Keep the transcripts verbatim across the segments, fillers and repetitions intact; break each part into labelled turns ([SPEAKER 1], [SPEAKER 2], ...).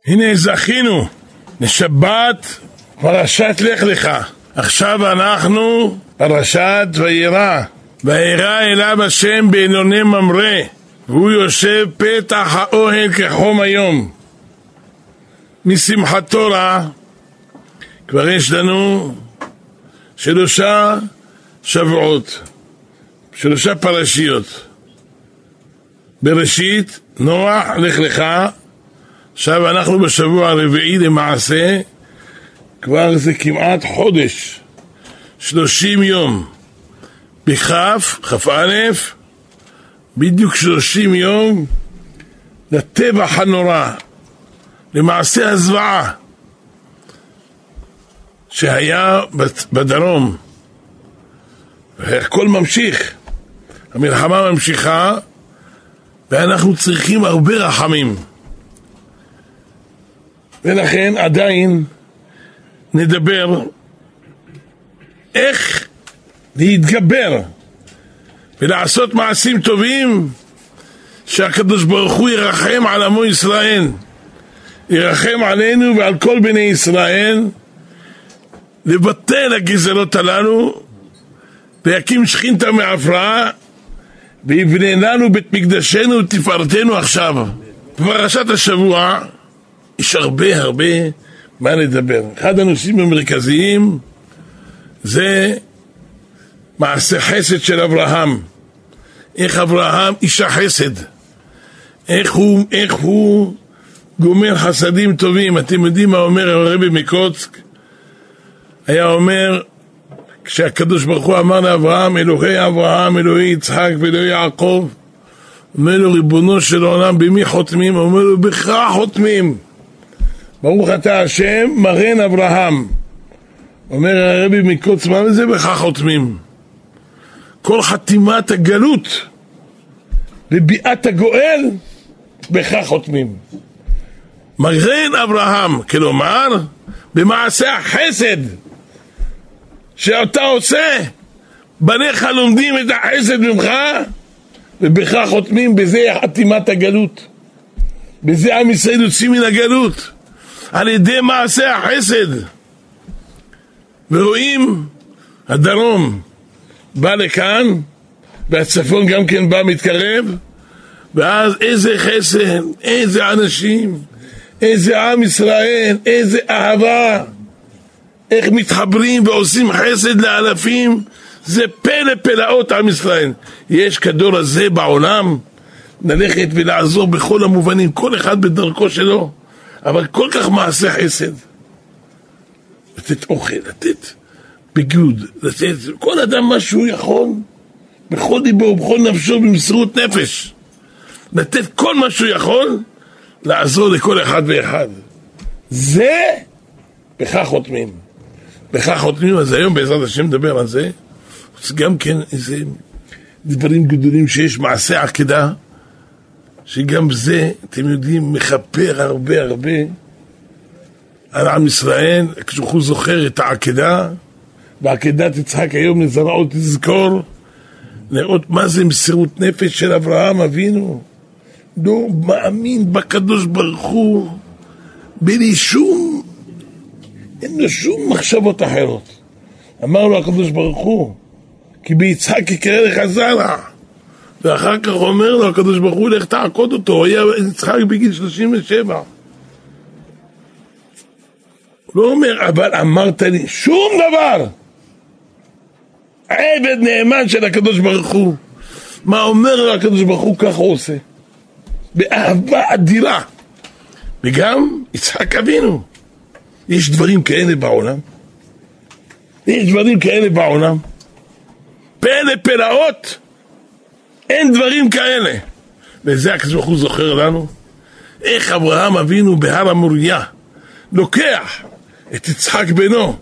[SPEAKER 1] הנה זכינו לשבת פרשת לך לך. עכשיו אנחנו פרשת וירא. וירא אליו השם בעליוני ממרא, והוא יושב פתח האוהל כחום היום. משמחת תורה כבר יש לנו שלושה שבועות, שלושה פרשיות. בראשית, נוח, לך לך. עכשיו אנחנו בשבוע הרביעי למעשה, כבר זה כמעט חודש, שלושים יום. בכף, כף א', בדיוק שלושים יום לטבח הנורא, למעשה הזוועה שהיה בדרום. והכל ממשיך, המלחמה ממשיכה, ואנחנו צריכים הרבה רחמים. ולכן עדיין נדבר איך להתגבר ולעשות מעשים טובים, שהקדוש ברוך הוא ירחם על עמו ישראל, ירחם עלינו ועל כל בני ישראל, לבטל הגזרות הללו, ויקים שכינתה מעפרה, ויבנה לנו בית מקדשנו ותפארתנו עכשיו. בפרשת השבוע יש הרבה הרבה מה לדבר. אחד הנושאים המרכזיים זה מעשה חסד של אברהם. איך אברהם איש החסד, איך הוא, איך הוא גומר חסדים טובים. אתם יודעים מה אומר הרבי מקוצק? היה אומר, כשהקדוש ברוך הוא אמר לאברהם, אלוהי אברהם, אלוהי יצחק ואלוהי יעקב, אומר לו, ריבונו של עולם, במי חותמים? אומר לו, בך חותמים. ברוך אתה השם מרן אברהם. אומר הרבי מקוצק, מה זה בך חותמים? כל חתימת הגלות בביאת הגואל, בך חותמים. מרן אברהם, כלומר במעשה החסד שאתה עושה, בניך לומדים את החסד ממך, ובך חותמים. בזה חתימת הגלות, בזה עם ישראל יוצאים מן הגלות, על ידי מעשה החסד. ורואים הדרום בא לכאן, והצפון גם כן בא מתקרב, ואז איזה חסד, איזה אנשים, איזה עם ישראל, איזה אהבה, איך מתחברים ועושים חסד לאלפים. זה פלא פלאות עם ישראל. יש כדור הזה בעולם ללכת ולעזור בכל המובנים, כל אחד בדרכו שלו, אבל כל כך מעשה חסד, לתת אוכל, לתת ביגוד, לתת כל אדם מה שהוא יכול, בכל ליבו ובכל נפשו, במסירות נפש, לתת כל מה שהוא יכול, לעזור לכל אחד ואחד. זה בכך חותמים, בכך חותמים. אז היום בעזרת השם נדבר על זה. גם כן איזה דברים גדולים שיש, מעשה עקדה, שגם זה, אתם יודעים, מחפר הרבה הרבה על עם ישראל. כשהוא זוכר את העקדה, בעקדת יצחק היום לזרעו תזכור, לראות מה זה מסירות נפש של אברהם אבינו. לא מאמין בקדוש ברוך הוא, בלי שום, אין לו שום מחשבות אחרות. אמר לו הקדוש ברוך הוא, כי ביצחק יקרא לך זרע. ואחר כך אומר לו הקדוש ברוך הוא, לך תעקוד אותו. הוא היה יצחק בגיל שלושים ושבע. לא אומר, אבל אמרת לי שום דבר. עבד נאמן של הקדוש ברוך הוא. מה אומר לו הקדוש ברוך הוא, כך הוא עושה. באהבה אדירה. וגם יצחק אבינו. יש דברים כאלה בעולם. יש דברים כאלה בעולם. פלא פלאות. אין דברים כאלה. וזה הקדוש ברוך הוא זוכר לנו. איך אברהם אבינו בהר המוריה לוקח את יצחק בנו,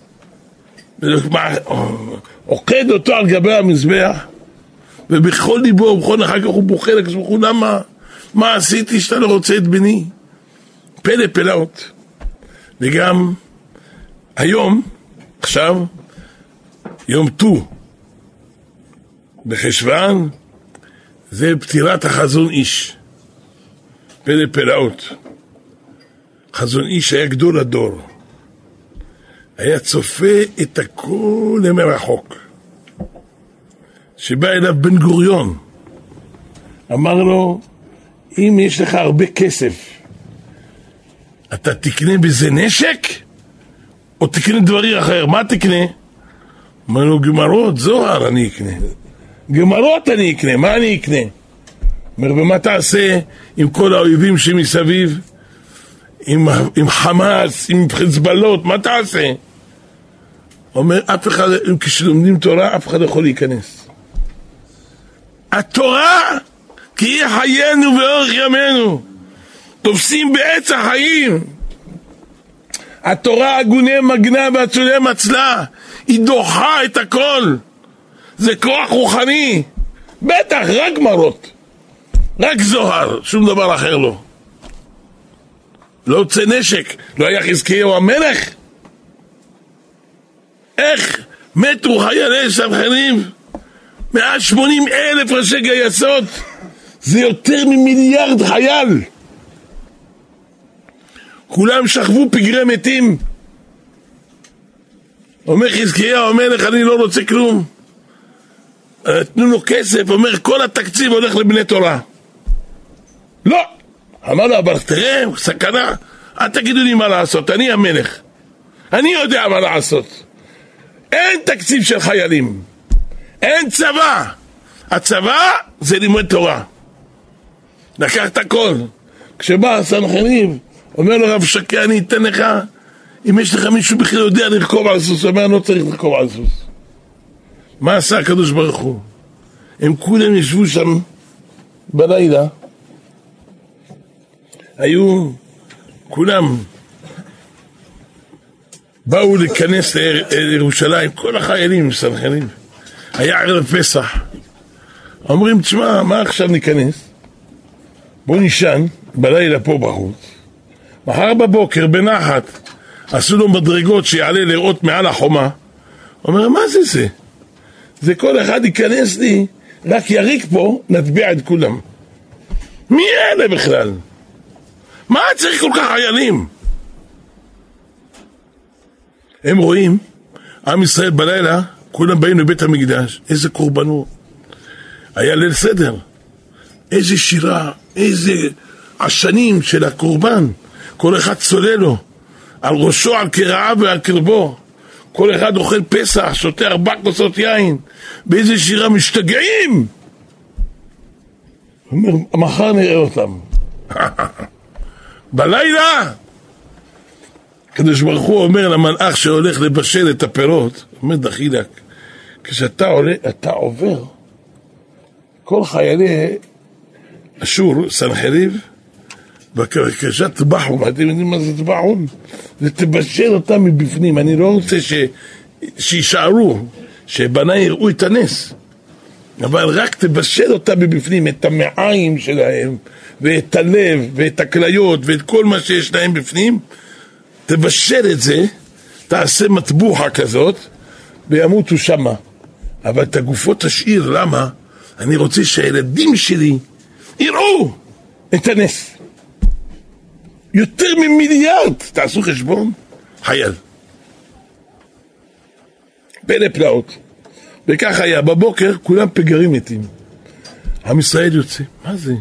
[SPEAKER 1] עוקד אותו על גבי המזבח, ובכל ליבו ובכל אחר כך הוא בוכה לקדוש ברוך הוא, למה? מה עשיתי שאתה לא רוצה את בני? פלא פלאות. וגם היום, עכשיו, יום ט"ו בחשוון, זה פטירת החזון איש. פלא פלאות. חזון איש היה גדול הדור, היה צופה את הכל למרחוק. שבא אליו בן גוריון, אמר לו, אם יש לך הרבה כסף, אתה תקנה בזה נשק, או תקנה דברים אחר? מה תקנה? אמר לו, גמרות, זוהר אני אקנה. גמרות אני אקנה, מה אני אקנה? אומר, ומה תעשה עם כל האויבים שמסביב? עם, עם חמאס, עם חזבאללות, מה תעשה? אומר, אף אחד, כשלומדים תורה, אף אחד יכול להיכנס. התורה, כי היא חיינו ואורך ימינו. תופסים בעץ החיים. התורה הגונה מגנה והצולה מצלה. היא דוחה את הכל. זה כוח רוחני. בטח, רק גמרות. רק זוהר, שום דבר אחר לא. לא יוצא נשק. לא היה חזקיהו המלך? איך מתו חיילי סנחריב? מאה ושמונים אלף ראשי גייסות. זה יותר ממיליארד חייל. כולם שכבו פגרי מתים. אומר חזקיהו המלך, אני לא רוצה כלום. תנו לו כסף, אומר כל התקציב הולך לבני תורה. לא. אמר לו, אבל תראה, סכנה. אל תגידו לי מה לעשות, אני המלך. אני יודע מה לעשות. אין תקציב של חיילים. אין צבא. הצבא זה לימוד תורה. לקח את הכל. כשבא סנחריב, אומר לו רב שקה, אני אתן לך, אם יש לך מישהו בכלל יודע לרכוב על סוס, הוא אומר, לא צריך לרכוב על סוס. מה עשה הקדוש ברוך הוא? הם כולם ישבו שם בלילה, היו כולם באו להיכנס לירושלים, כל החיילים סנחריב. היה ערב פסח. אומרים, תשמע, מה עכשיו ניכנס? בוא נשען בלילה פה בחוץ. מחר בבוקר בנחת עשו לו מדרגות שיעלה לראות מעל החומה. אומר, מה זה זה? זה כל אחד ייכנס לי, רק יריק פה, נטביע את כולם. מי אלה בכלל? מה צריך כל כך חיילים? הם רואים, עם ישראל בלילה, כולם באים לבית המקדש, איזה קורבנות. היה ליל סדר, איזה שירה, איזה עשנים של הקורבן. כל אחד צולל לו, על ראשו, על קרעיו ועל קרבו. כל אחד אוכל פסח, שותה ארבע כוסות יין, באיזה שירה משתגעים. אומר, מחר נראה אותם. בלילה, הקדוש ברוך הוא אומר למלאך שהולך לבשל את הפירות, אומר דחילק, כשאתה עולה, אתה עובר, כל חיילי אשור, סנחריב, בבקשה טבחום, אתם יודעים מה זה טבחום? זה תבשל אותם מבפנים. אני לא רוצה ש... שישארו, שבני יראו את הנס, אבל רק תבשל אותם מבפנים, את המעיים שלהם, ואת הלב, ואת הכליות, ואת כל מה שיש להם בפנים. תבשל את זה, תעשה מטבוחה כזאת, וימותו שמה. אבל את הגופות תשאיר, למה? אני רוצה שהילדים שלי יראו את הנס. יותר ממיליארד, תעשו חשבון, חייל. פלא פלאות. וכך היה, בבוקר כולם פגרים מתים. עם ישראל יוצא, מה זה?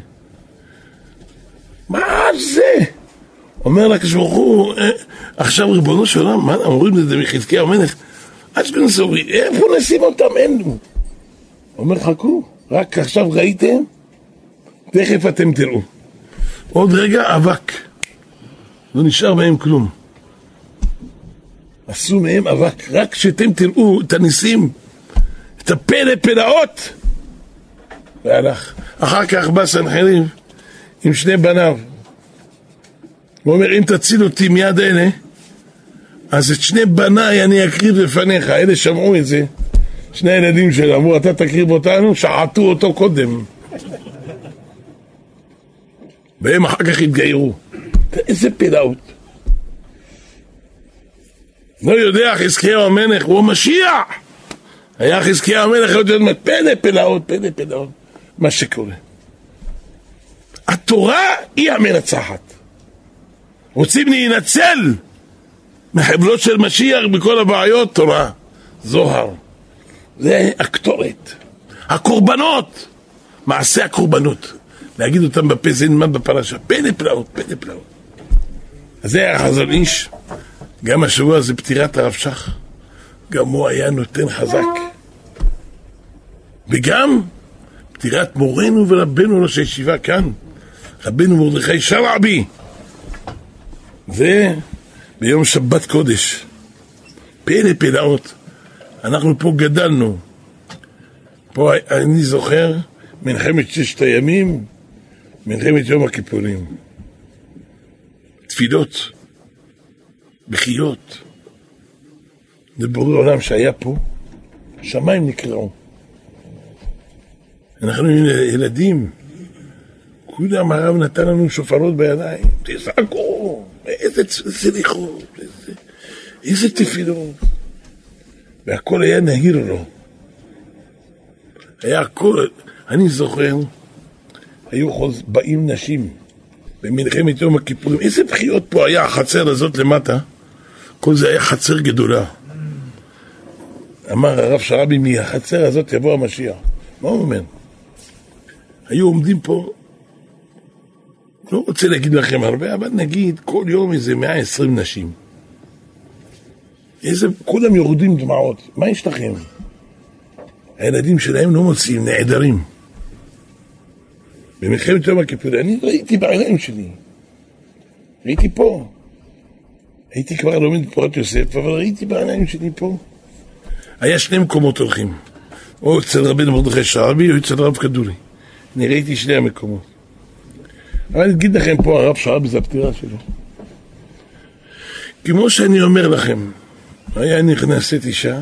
[SPEAKER 1] מה זה? אומר לקדוש ברוך הוא, עכשיו ריבונו של עולם, מה אומרים לזה מחזקיהו המלך? אשכנז סורי, איפה נשים אותם? אין לו. אומר, חכו, רק עכשיו ראיתם, תכף אתם תראו. עוד רגע אבק. לא נשאר מהם כלום. עשו מהם אבק. רק שאתם תראו את הניסים, את הפלא פלאות. והלך. אחר כך בא סנחריב עם שני בניו. הוא אומר, אם תציל אותי מיד אלה, אז את שני בניי אני אקריב לפניך. אלה שמעו את זה. שני הילדים שלו אמרו, אתה תקריב אותנו, שחטו אותו קודם. והם אחר כך התגיירו. איזה פלאות. לא יודע, חזקיהו המלך הוא המשיח. היה חזקיהו המלך יודע מה, פלא פלאות, פלא פלאות. מה שקורה. התורה היא המנצחת. רוצים להינצל מחבלות של משיח בכל הבעיות, תורה, זוהר. זה הקטורת, הקורבנות, מעשה הקורבנות. להגיד אותם בפה זה נלמד בפרשה, פלא פלאות, פלא פלאות. אז זה היה החזון איש. גם השבוע זה פטירת הרב שך, גם הוא היה נותן חזק. וגם פטירת מורנו ורבנו ראש הישיבה כאן, רבנו מרדכי שרעבי, זה ביום שבת קודש. פלא פלאות. אנחנו פה גדלנו. פה אני זוכר מלחמת ששת הימים, מלחמת יום הכיפורים. תפילות, בחיות. זה בורא עולם שהיה פה, שמיים נקראו. אנחנו ילדים, כולם הרב נתן לנו שופרות בידיים, תזעקו, איזה סליחות, איזה, איזה תפילות. והכל היה נהיר לו. היה הכל, אני זוכר, היו חוז, באים נשים במלחמת יום הכיפורים, איזה בחיות פה היה החצר הזאת למטה, כל זה היה חצר גדולה. אמר הרב שרעבי, מהחצר הזאת יבוא המשיח. מה הוא אומר? היו עומדים פה, לא רוצה להגיד לכם הרבה, אבל נגיד כל יום איזה מאה ועשרים נשים. איזה, כולם יורדים דמעות. מה יש לכם? הילדים שלהם לא מוצאים, נעדרים. במלחמת יום הכיפורים, אני ראיתי בעיניים שלי. ראיתי פה. הייתי כבר לומד בפורת יוסף, אבל ראיתי בעיניים שלי פה. היה שני מקומות הולכים. או אצל רבנו מרדכי שרעבי, או אצל רב כדורי. אני ראיתי שני המקומות. אבל אני אגיד לכם פה, הרב שרעבי זה הפטירה שלו. כמו שאני אומר לכם, היה נכנסת אישה,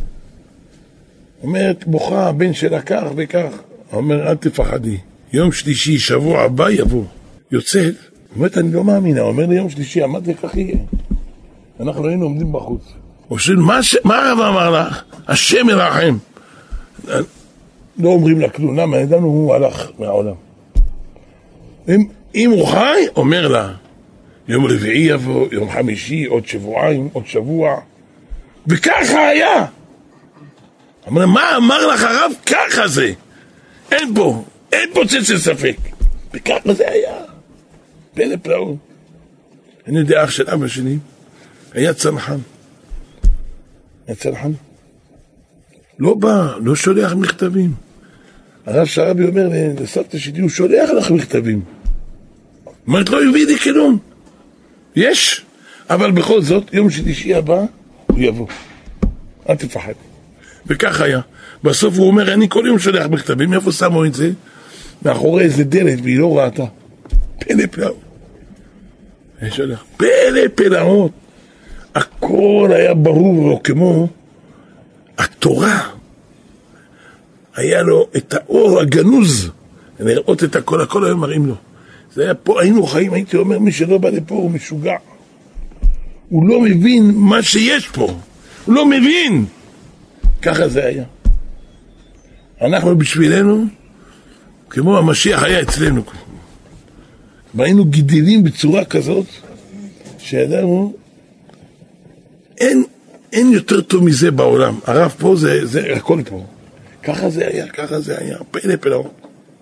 [SPEAKER 1] אומרת, בוכה, הבן שלה כך וכך. אומר, אל תפחדי. יום שלישי, שבוע הבא יבוא. יוצאת, אומרת, אני לא מאמינה. אומר לי, יום שלישי, אמרתי, כך יהיה. אנחנו היינו עומדים בחוץ. אומרים, מה, ש... מה הרב אמר לך? השם ירחם. לא אומרים לה כלום, למה? ידענו, הוא הלך מהעולם. אם, אם הוא חי, אומר לה, יום רביעי יבוא, יום חמישי, עוד שבועיים, עוד שבוע. וככה היה. אמר, מה אמר לך הרב? ככה זה. אין פה, אין פה צצל ספק. וככה זה היה. פלא פלאות. אני יודע, אח של אבא שלי, היה צנחן. היה צנחן. לא בא, לא שולח מכתבים. הרב שרעבי אומר לסבתא שלי, הוא שולח לך מכתבים. אומרת, לא הביא לי כלום. יש, אבל בכל זאת, יום שלישי הבא, הוא יבוא. אל תפחד. וכך היה. בסוף הוא אומר, אני כל יום שולח מכתבים, איפה שמו את זה? מאחורי איזה דלת, והיא לא ראתה. פלא פלאות. אני שולח, פלא פלאות. הכל היה ברור לו כמו התורה. היה לו את האור הגנוז, לראות את הכל, הכל היום מראים לו. זה היה פה, היינו חיים, הייתי אומר, מי שלא בא לפה הוא משוגע. הוא לא מבין מה שיש פה. הוא לא מבין. ככה זה היה. אנחנו בשבילנו, כמו המשיח היה אצלנו. היינו גידלים בצורה כזאת, שידענו, אין, אין יותר טוב מזה בעולם. הרב פה זה, זה הכל פה. ככה זה היה, ככה זה היה. פלא פלאות.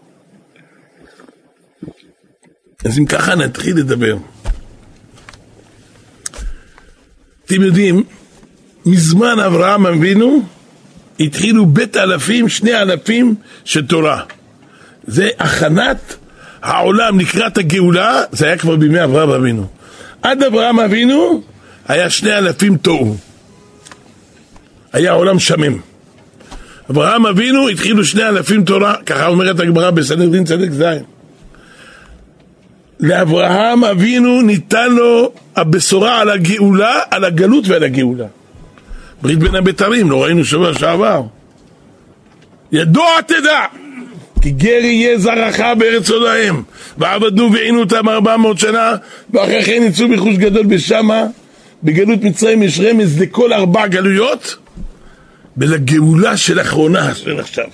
[SPEAKER 1] אז אם ככה נתחיל לדבר. אתם יודעים, מזמן אברהם אבינו, התחילו בית אלפים, שני אלפים של תורה. זה הכנת העולם לקראת הגאולה, זה היה כבר בימי אברהם אבינו. עד אברהם אבינו, היה שני אלפים תוהו. היה עולם שמם. אברהם אבינו, התחילו שני אלפים תורה, ככה אומרת הגמרא בסנהדרין צדק זין. לאברהם אבינו ניתן לו הבשורה על הגאולה, על הגלות ועל הגאולה. ברית בין הבתרים, לא ראינו שבוע שעבר. ידוע תדע, כי גר יהיה זרעך בארץ הולהם, ועבדנו ועינו אותם ארבע מאות שנה, ואחרי כן יצאו בחוש גדול בשמה, בגלות מצרים יש רמז לכל ארבע גלויות, ולגאולה של האחרונה של עכשיו.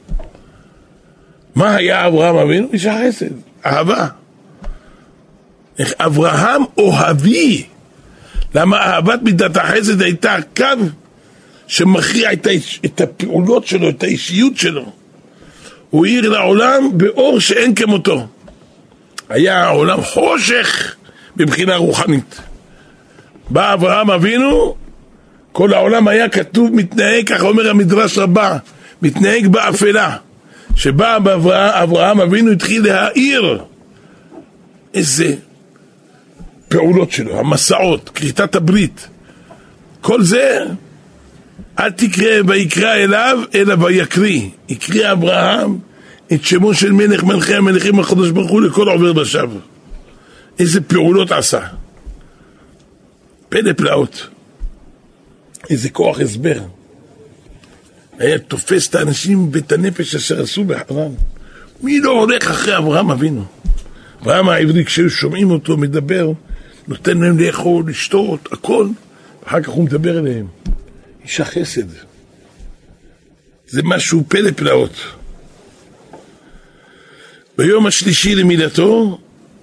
[SPEAKER 1] מה היה אברהם אבינו? איש החסד, אהבה. איך אברהם אוהבי, למה אהבת מידת החסד הייתה הקו שמכריע את, האיש, את הפעולות שלו, את האישיות שלו. הוא העיר לעולם באור שאין כמותו. היה העולם חושך מבחינה רוחנית. בא אברהם אבינו, כל העולם היה כתוב מתנהג, כך אומר המדרש רבה, מתנהג באפלה. שבא אברהם אבינו התחיל להאיר איזה פעולות שלו, המסעות, כריתת הברית, כל זה אל תקרא ויקרא אליו אלא ויקריא. יקריא אברהם את שמו של מלך מלכי המלכים הקדוש ברוך הוא לכל עובר ושב. איזה פעולות עשה, פלא פלאות, איזה כוח הסבר. היה תופס את האנשים ואת הנפש אשר עשו בחרן. מי לא הולך אחרי אברהם אבינו? אברהם העברי, כשהיו שומעים אותו מדבר, נותן להם לאכול, לשתות, הכל, ואחר כך הוא מדבר אליהם. איש החסד. זה משהו פלא פלאות. ביום השלישי למידתו,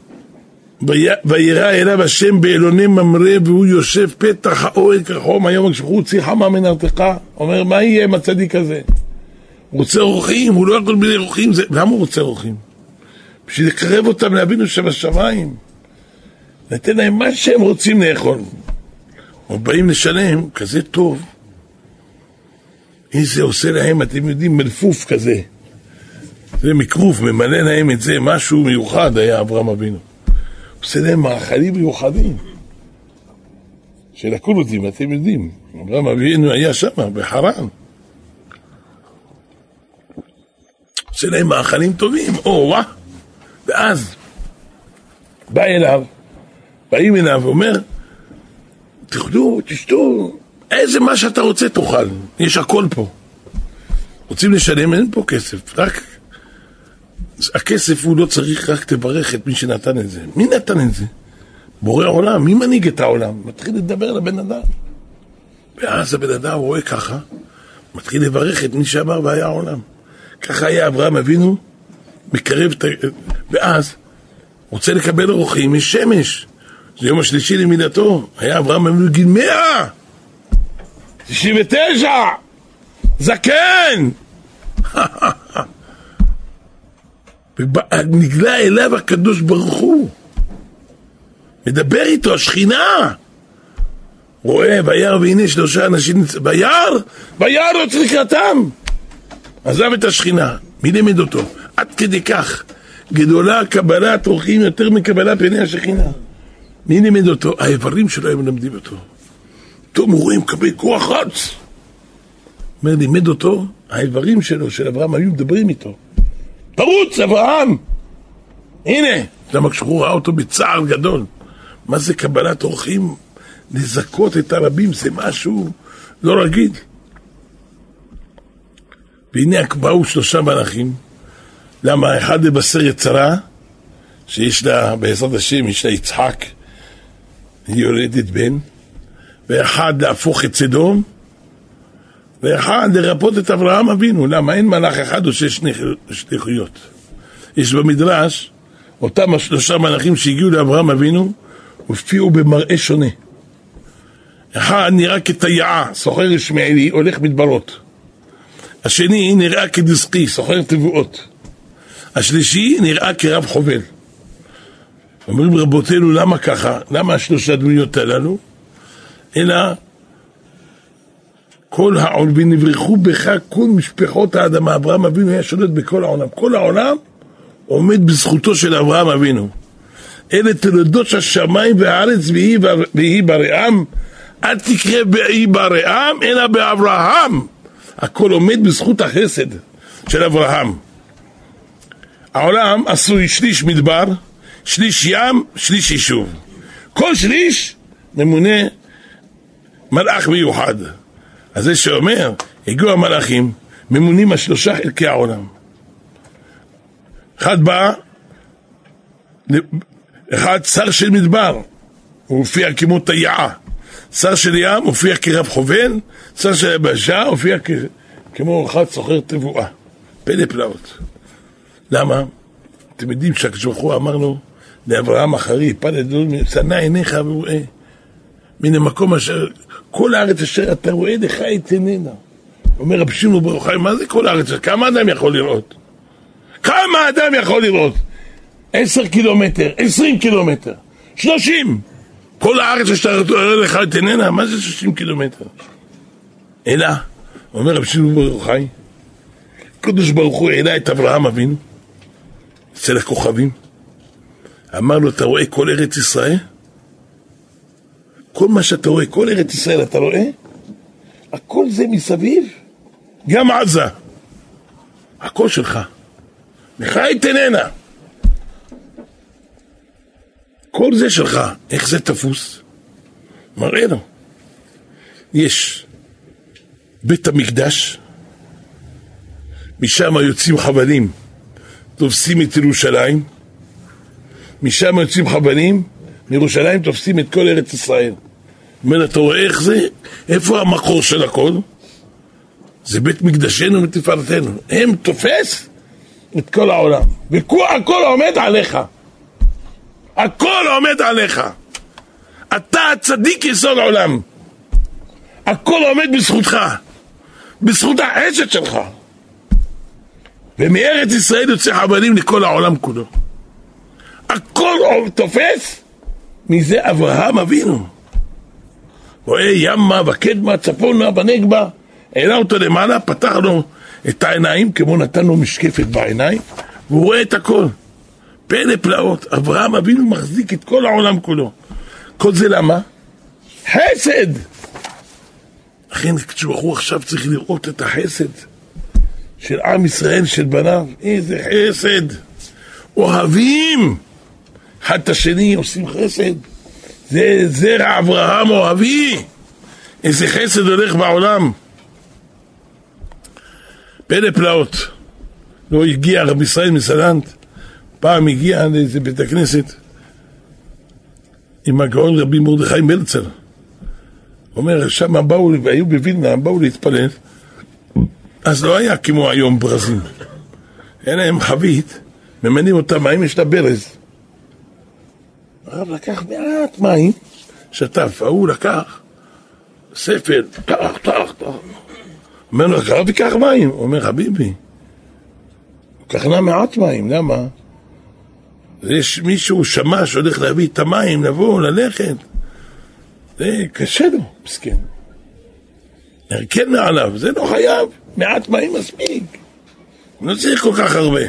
[SPEAKER 1] וירא אליו השם באלוני ממרא, והוא יושב פתח האוהל כחום. היום כשהוא הוציא חמה מן הרתחה, אומר, מה יהיה עם הצדיק הזה? הוא רוצה רוחים, הוא לא יכול בלי רוחים. זה... למה הוא רוצה רוחים? בשביל לקרב אותם לאבינו שבשמיים, נתן להם מה שהם רוצים לאכול. או באים לשלם, כזה טוב. איזה עושה להם, אתם יודעים, מלפוף כזה. זה מקרוף, ממלא להם את זה, משהו מיוחד היה אברהם אבינו. עושה להם מאכלים מיוחדים. של הקולותים, אתם יודעים. אברהם אבינו היה שם, בחרן. עושה להם מאכלים טובים, או וואה. ואז בא אליו, באים אליו ואומר, תאכלו, תשתו, איזה מה שאתה רוצה תאכל, יש הכל פה. רוצים לשלם, אין פה כסף, רק הכסף הוא לא צריך, רק תברך את מי שנתן את זה. מי נתן את זה? בורא העולם, מי מנהיג את העולם? מתחיל לדבר לבן אדם. ואז הבן אדם רואה ככה, מתחיל לברך את מי שאמר והיה העולם. ככה היה אברהם אבינו, מקרב את... ואז רוצה לקבל רוחים משמש. זה יום השלישי למידתו. היה אברהם אבינו גיל מאה, תשעים ותשע, זקן. ונגלה אליו הקדוש ברוך הוא, מדבר איתו, השכינה. רואה, וירא והנה שלושה אנשים, וירא, וירא לא צריך לקראתם. עזב את השכינה. מי לימד אותו? עד כדי כך גדולה קבלת אורחים יותר מקבלת פני השכינה. מי לימד אותו? האיברים שלו הם מלמדים אותו. פתאום הוא רואה מקבל כוח רץ. אומר, לימד אותו, האיברים שלו, של אברהם, היו מדברים איתו. תרוץ אברהם, הנה. למה כשהוא ראה אותו בצער גדול, מה זה קבלת אורחים? לזכות את הרבים, זה משהו לא רגיל. והנה באו שלושה מלאכים. למה? אחד לבשר יצרה, שיש לה, בעזרת השם, יש לה יצחק, היא יולדת בן, ואחד להפוך את סדום, ואחד לרפות את אברהם אבינו. למה? אין מלאך אחד עושה שני שליחויות. יש במדרש, אותם השלושה מלאכים שהגיעו לאברהם אבינו, הופיעו במראה שונה. אחד נראה כתיעה, סוחר ישמעאלי, הולך מדברות. השני נראה כדסקי, סוחר תבואות. השלישי נראה כרב חובל. אומרים רבותינו, למה ככה? למה השלושה דמויות הללו? אלא כל העולבים נברחו בך כל משפחות האדמה. אברהם אבינו היה שולט בכל העולם. כל העולם עומד בזכותו של אברהם אבינו. אלה תולדות של השמיים והארץ, והיא בראם. אל תקרא באי בראם, אלא באברהם. הכל עומד בזכות החסד של אברהם. העולם עשוי שליש מדבר, שליש ים, שליש יישוב. כל שליש ממונה מלאך מיוחד. אז זה שאומר, הגיעו המלאכים, ממונים על שלושה חלקי העולם. אחד בא, אחד שר של מדבר, הוא הופיע כמו תיעה. שר של ים הופיע כרב חובל, שר של יבשה הופיע כ... כמו אחד סוחר תבואה. פלא פלאות. למה? אתם יודעים שהקדוש ברוך הוא אמר לו, לאברהם אחרי, פן ידול, שנא עיניך ורואה. מן המקום אשר, כל הארץ אשר אתה רואה לך את עיננה. אומר רבי שמעון בר יוחאי, מה זה כל הארץ? כמה אדם יכול לראות? כמה אדם יכול לראות? עשר קילומטר, עשרים קילומטר, שלושים. כל הארץ אשר אתה רואה לך את עיננה, מה זה שלושים קילומטר? אלא, אומר רבי שמעון בר יוחאי, הקדוש ברוך הוא העלה את אברהם אבינו, אצל הכוכבים, אמר לו, אתה רואה כל ארץ ישראל? כל מה שאתה רואה, כל ארץ ישראל אתה רואה? הכל זה מסביב, גם עזה, הכל שלך, לך את עיננה, כל זה שלך. איך זה תפוס? מראה לו, יש בית המקדש, משם יוצאים חבלים, תופסים את ירושלים, משם יוצאים חבלים, מירושלים תופסים את כל ארץ ישראל. אומר, אתה רואה איך זה? איפה המקור של הכל? זה בית מקדשנו ותפארתנו. הם תופס את כל העולם, והכל עומד עליך, הכל עומד עליך. אתה הצדיק יסוד העולם, הכל עומד בזכותך, בזכות החסד שלך. ומארץ ישראל יוצא חבלים לכל העולם כולו. הכל תופס מזה אברהם אבינו. רואה ימה וקדמה צפונה בנגבה, העלה אותו למעלה, פתח לו את העיניים כמו נתן לו משקפת בעיניים, והוא רואה את הכל. פלא פלאות, אברהם אבינו מחזיק את כל העולם כולו. כל זה למה? חסד. לכן כשבחור עכשיו צריך לראות את החסד של עם ישראל, של בניו. איזה חסד, אוהבים אחד את השני, עושים חסד. זה זרע אברהם אוהבי, איזה חסד הולך בעולם. פלא פלאות. לא הגיע רבי ישראל מסלנט, פעם הגיע לאיזה בית הכנסת עם הגאון רבי מרדכי מלצר. אומר, שם באו, היו בווילנה, באו להתפלל, אז לא היה כמו היום ברזים, אין להם חבית, ממנים אותם מים, יש לה ברז. הרב לקח מעט מים, שטף, ההוא לקח ספל, טח, טח, טח. אומר לו, הרב יקח מים. הוא אומר, חביבי, הוא קחנה מעט מים, למה? יש מישהו שמע שהולך להביא את המים, לבוא, ללכת, זה קשה לו, מסכן. נרקד מעליו, זה לא חייב, מעט מים מספיק, לא צריך כל כך הרבה.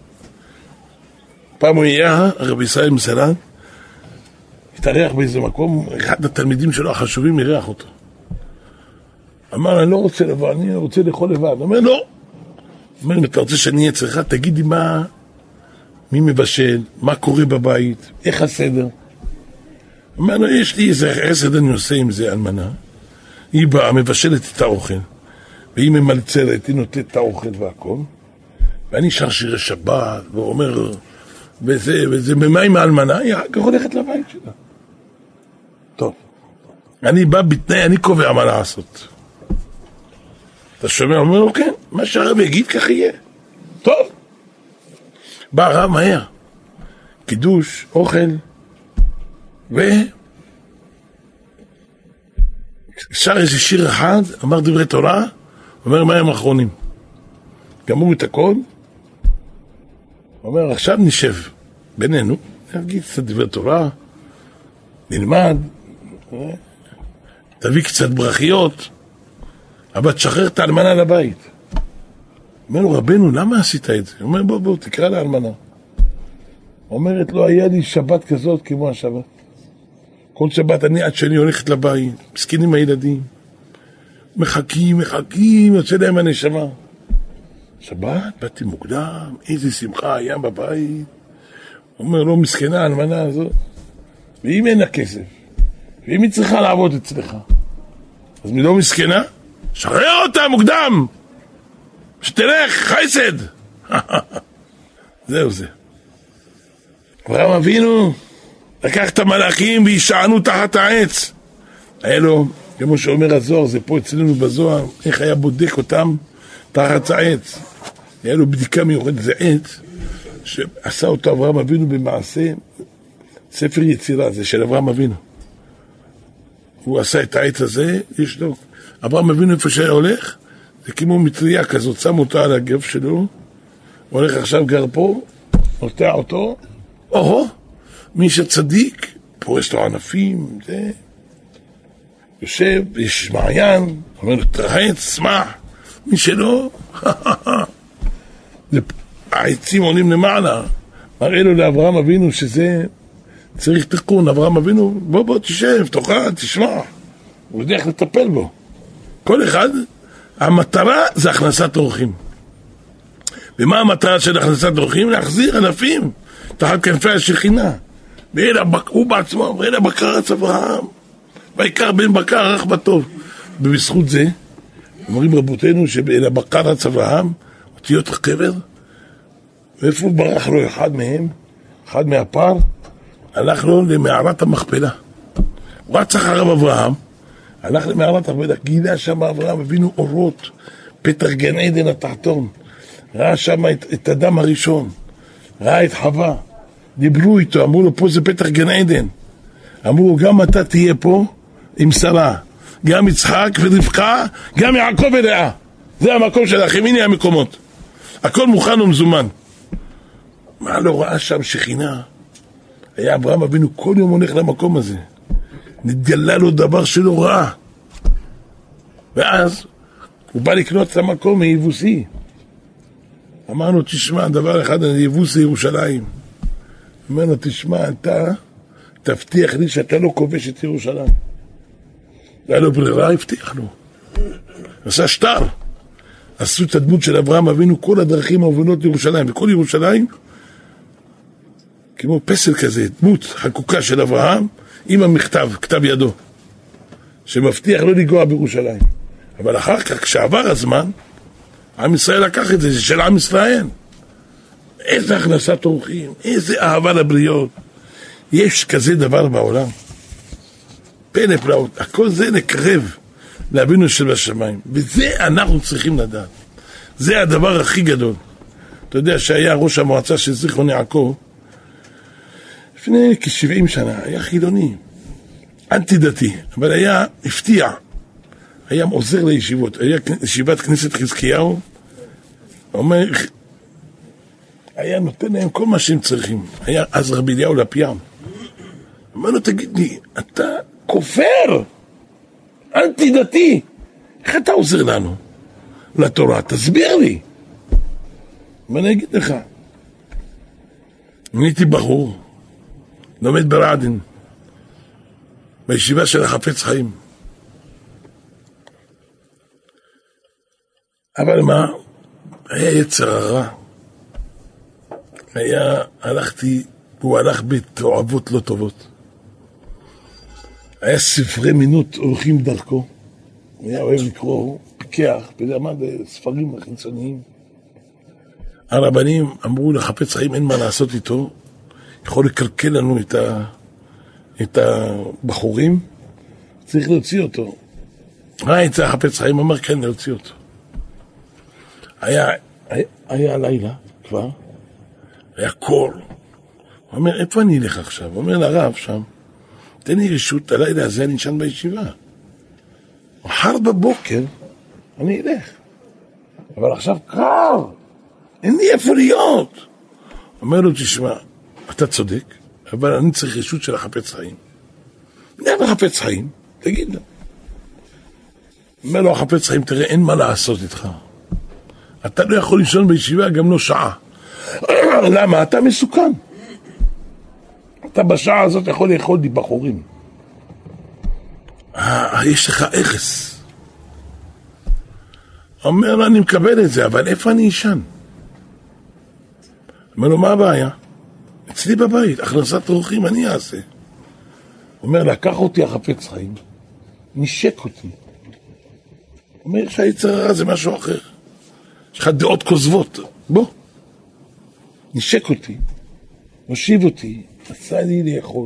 [SPEAKER 1] פעם הוא היה, רבי ישראל מסלנט, התארח באיזה מקום, אחד התלמידים שלו החשובים ירח אותו. אמר, אני לא רוצה לבוא, אני רוצה לאכול לבד. אומר, לא. אומר, אם אתה רוצה שאני אהיה אצלך, תגידי מה, מי מבשל, מה קורה בבית, איך הסדר. אומר, לא, יש לי איזה חסד אני עושה עם זה אלמנה. היא באה, מבשלת את האוכל, והיא ממלצרת, היא נותנת את האוכל והכל, ואני שר שירי שבת, ואומר, וזה, וזה, במים האלמנה, היא רק הולכת לבית שלה. טוב. אני בא בתנאי, אני קובע מה לעשות. אתה שומע, אומר לו, כן, מה שהרב יגיד כך יהיה. טוב. בא הרב מהר. קידוש, אוכל, ו... שר איזה שיר אחד, אמר דברי תורה, אומר מים האחרונים. גמרו את הכל, אומר, עכשיו נשב בינינו, נגיד קצת דברי תורה, נלמד, תביא קצת ברכיות, אבל תשחרר את האלמנה לבית. אומר לו, רבנו, למה עשית את זה? הוא אומר, בוא, בוא, תקרא לאלמנה. אומרת, לא היה לי שבת כזאת כמו השבת. כל שבת אני עד שאני הולכת לבית, מסכנים הילדים, מחכים, מחכים, יוצא להם הנשמה. שבת, באתי מוקדם, איזה שמחה היה בבית. אומר, לא מסכנה האלמנה הזאת. ואם אין לה כסף, ואם היא צריכה לעבוד אצלך, אז מי לא מסכנה? שחרר אותה מוקדם, שתלך, חסד. זהו זה. אברהם אבינו לקח את המלאכים וישענו תחת העץ. היה לו, כמו שאומר הזוהר, זה פה אצלנו בזוהר, איך היה בודק אותם תחת העץ. היה לו בדיקה מיוחדת, זה עץ שעשה אותו אברהם אבינו במעשה ספר יצירה, זה של אברהם אבינו. הוא עשה את העץ הזה, יש לו. אברהם אבינו איפה שהיה הולך, זה כמו מטריה כזאת, שם אותה על הגב שלו, הוא הולך עכשיו גר פה, נוטע אותו, או, מי שצדיק, פורס לו ענפים, זה, יושב, יש מעיין, אומר לו, תרחץ, שמח, מי שלא, העצים עולים למעלה, מראה לו לאברהם אבינו שזה צריך תיקון. אברהם אבינו, בוא בוא תשב, תאכל, תשמע, הוא יודע איך לטפל בו. כל אחד, המטרה זה הכנסת אורחים. ומה המטרה של הכנסת אורחים? להחזיר ענפים תחת כנפי השכינה. הוא בעצמו, ואלה בקר רץ אברהם, בעיקר בן בקר רך בטוב. ובזכות זה, אומרים רבותינו שבאלה בקר רץ אברהם, אותיות הקבר, ואיפה הוא ברח לו אחד מהם, אחד מהפר, הלך לו למערת המכפלה. הוא רץ אחריו אברהם, הלך למערת המכפלה, גילה שם אברהם, הבינו אורות, פתח גן עדן התחתון, ראה שם את, את אדם הראשון, ראה את חווה, דיברו איתו, אמרו לו פה זה פתח גן עדן, אמרו לו גם אתה תהיה פה עם שרה, גם יצחק ורבקה, גם יעקב ולאה, זה המקום שלכם, הנה המקומות, הכל מוכן ומזומן. מה לא ראה שם שכינה? היה אברהם אבינו כל יום הולך למקום הזה, נתגלה לו דבר שלא ראה, ואז הוא בא לקנות את המקום מיבוסי. אמרנו תשמע דבר אחד, אני יבוס לירושלים. אומר לו תשמע, אתה תבטיח לי שאתה לא כובש את ירושלים. היה לו ברירה, הבטיח לו, עשה שטר. עשו את הדמות של אברהם אבינו כל הדרכים המובילות לירושלים, וכל ירושלים כמו פסל כזה, דמות חקוקה של אברהם עם המכתב, כתב ידו, שמבטיח לא לגוע בירושלים. אבל אחר כך, כשעבר הזמן, עם ישראל לקח את זה, זה של עם ישראל. איזה הכנסת אורחים, איזה אהבה לבריות. יש כזה דבר בעולם. פלא פלאות, הכל זה נקרב לאבינו של השמיים. וזה אנחנו צריכים לדעת. זה הדבר הכי גדול. אתה יודע שהיה ראש המועצה של זיכרון יעקב, לפני כ-שבעים שנה, היה חילוני, אנטי דתי, אבל היה, הפתיע, היה עוזר לישיבות, היה ישיבת כנסת חזקיהו, אומר, היה נותן להם כל מה שהם צריכים, היה אז רבי אליהו לפיאם, אמר לו, תגיד לי, אתה כופר, אנטי דתי, איך אתה עוזר לנו לתורה? תסביר לי. מה אני אגיד לך? אני הייתי בחור, לומד ברעדן, בישיבה של החפץ חיים. אבל מה? היה יצר הרע. היה, הלכתי, הוא הלך בתועבות לא טובות. היה ספרי מינות הולכים דרכו. הוא היה אוהב לקרוא, פיקח, אתה מה זה, ספרים חיצוניים. הרבנים אמרו לחפץ חיים, אין מה לעשות איתו, יכול לקלקל לנו את, ה, את הבחורים, צריך להוציא אותו. ראה את זה החפץ חיים, אמר כן להוציא אותו. היה, היה, היה לילה כבר, היה קול. הוא אומר, איפה אני אלך עכשיו? הוא אומר לרב שם, תן לי רשות, הלילה הזה אני נשען בישיבה. מחר בבוקר אני אלך. אבל עכשיו קר, אין לי איפה להיות. אומר לו, תשמע, אתה צודק, אבל אני צריך רשות של החפץ חיים. נראה החפץ חיים, תגיד לו. אומר לו החפץ חיים, תראה, אין מה לעשות איתך. אתה לא יכול לישון בישיבה, גם לא שעה. למה? אתה מסוכן. אתה בשעה הזאת יכול לאכול די בחורים. יש לך איכס. אומר לו, אני מקבל את זה, אבל איפה אני ישן? אומר לו, מה הבעיה? אצלי בבית, הכנסת אורחים, אני אעשה. אומר, לקח אותי החפץ חיים, נשק אותי. אומר, שהיצר הרע זה משהו אחר. יש לך דעות כוזבות, בוא. נשק אותי, מושיב אותי, עשה לי לאכול.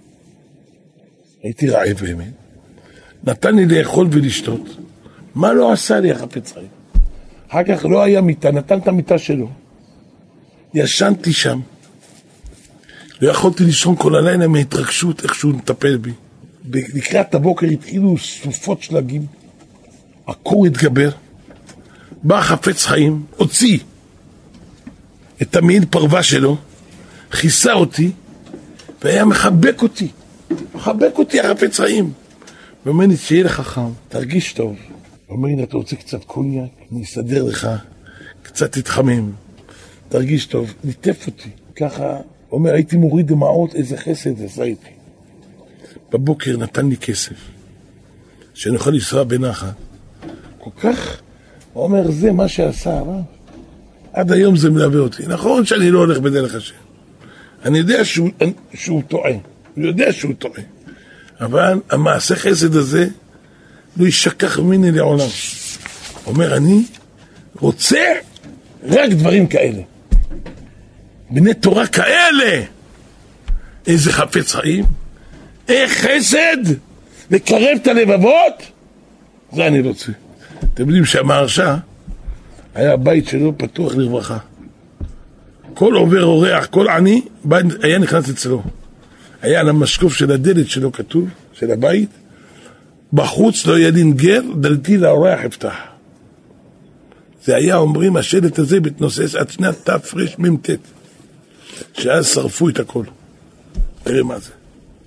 [SPEAKER 1] הייתי רעב באמת. נתן לי לאכול ולשתות. מה לא עשה לי החפץ חיים? אחר כך לא היה מיטה, נתן את המיטה שלו. ישנתי שם. לא יכולתי לישון כל הלילה מהתרגשות איך שהוא מטפל בי. לקראת הבוקר התחילו סופות שלגים, הקור התגבר, בא חפץ חיים, הוציא את המעיל פרווה שלו, חיסה אותי, והיה מחבק אותי, מחבק אותי החפץ חיים. ואומר לי, שיהיה לך חכם, תרגיש טוב. אומר לי, אתה רוצה קצת קוניאק? אני אסדר לך, קצת תתחמם, תרגיש טוב, ניטף אותי. ככה, אומר, הייתי מוריד דמעות, איזה חסד עשה איתי. בבוקר נתן לי כסף, שאני יכול לנסוע בנחת. כל כך, הוא אומר, זה מה שעשה הרב. עד היום זה מלווה אותי. נכון שאני לא הולך בדרך השם. אני יודע שהוא, שהוא טועה. אני יודע שהוא טועה. אבל המעשה חסד הזה לא ישכח ממני לעולם. אומר, אני רוצה רק דברים כאלה. בני תורה כאלה. איזה חפץ חיים. איך חסד לקרב את הלבבות. זה אני רוצה. אתם יודעים שהמהרש"א היה הבית שלו פתוח לרווחה. כל עובר אורח, כל עני, היה נכנס אצלו. היה על המשקוף של הדלת שלו כתוב, של הבית, בחוץ לא ילין גר, דלתי לאורח יפתח. זה היה, אומרים, השלט הזה בתנוסס עד שנת תפרש ממתת, שאז שרפו את הכל. תראה מה זה.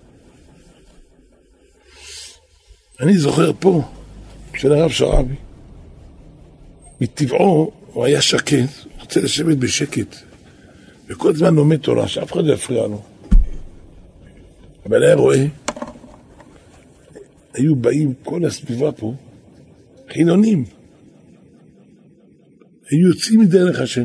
[SPEAKER 1] אני זוכר פה, של הרב שרעבי, מטבעו הוא היה שקט, הוא רוצה לשבת בשקט, וכל זמן לומד תורה, שאף אחד לא יפריע לו. אבל היה רואה, היו באים כל הסביבה פה, חילונים, היו יוצאים מדרך השם.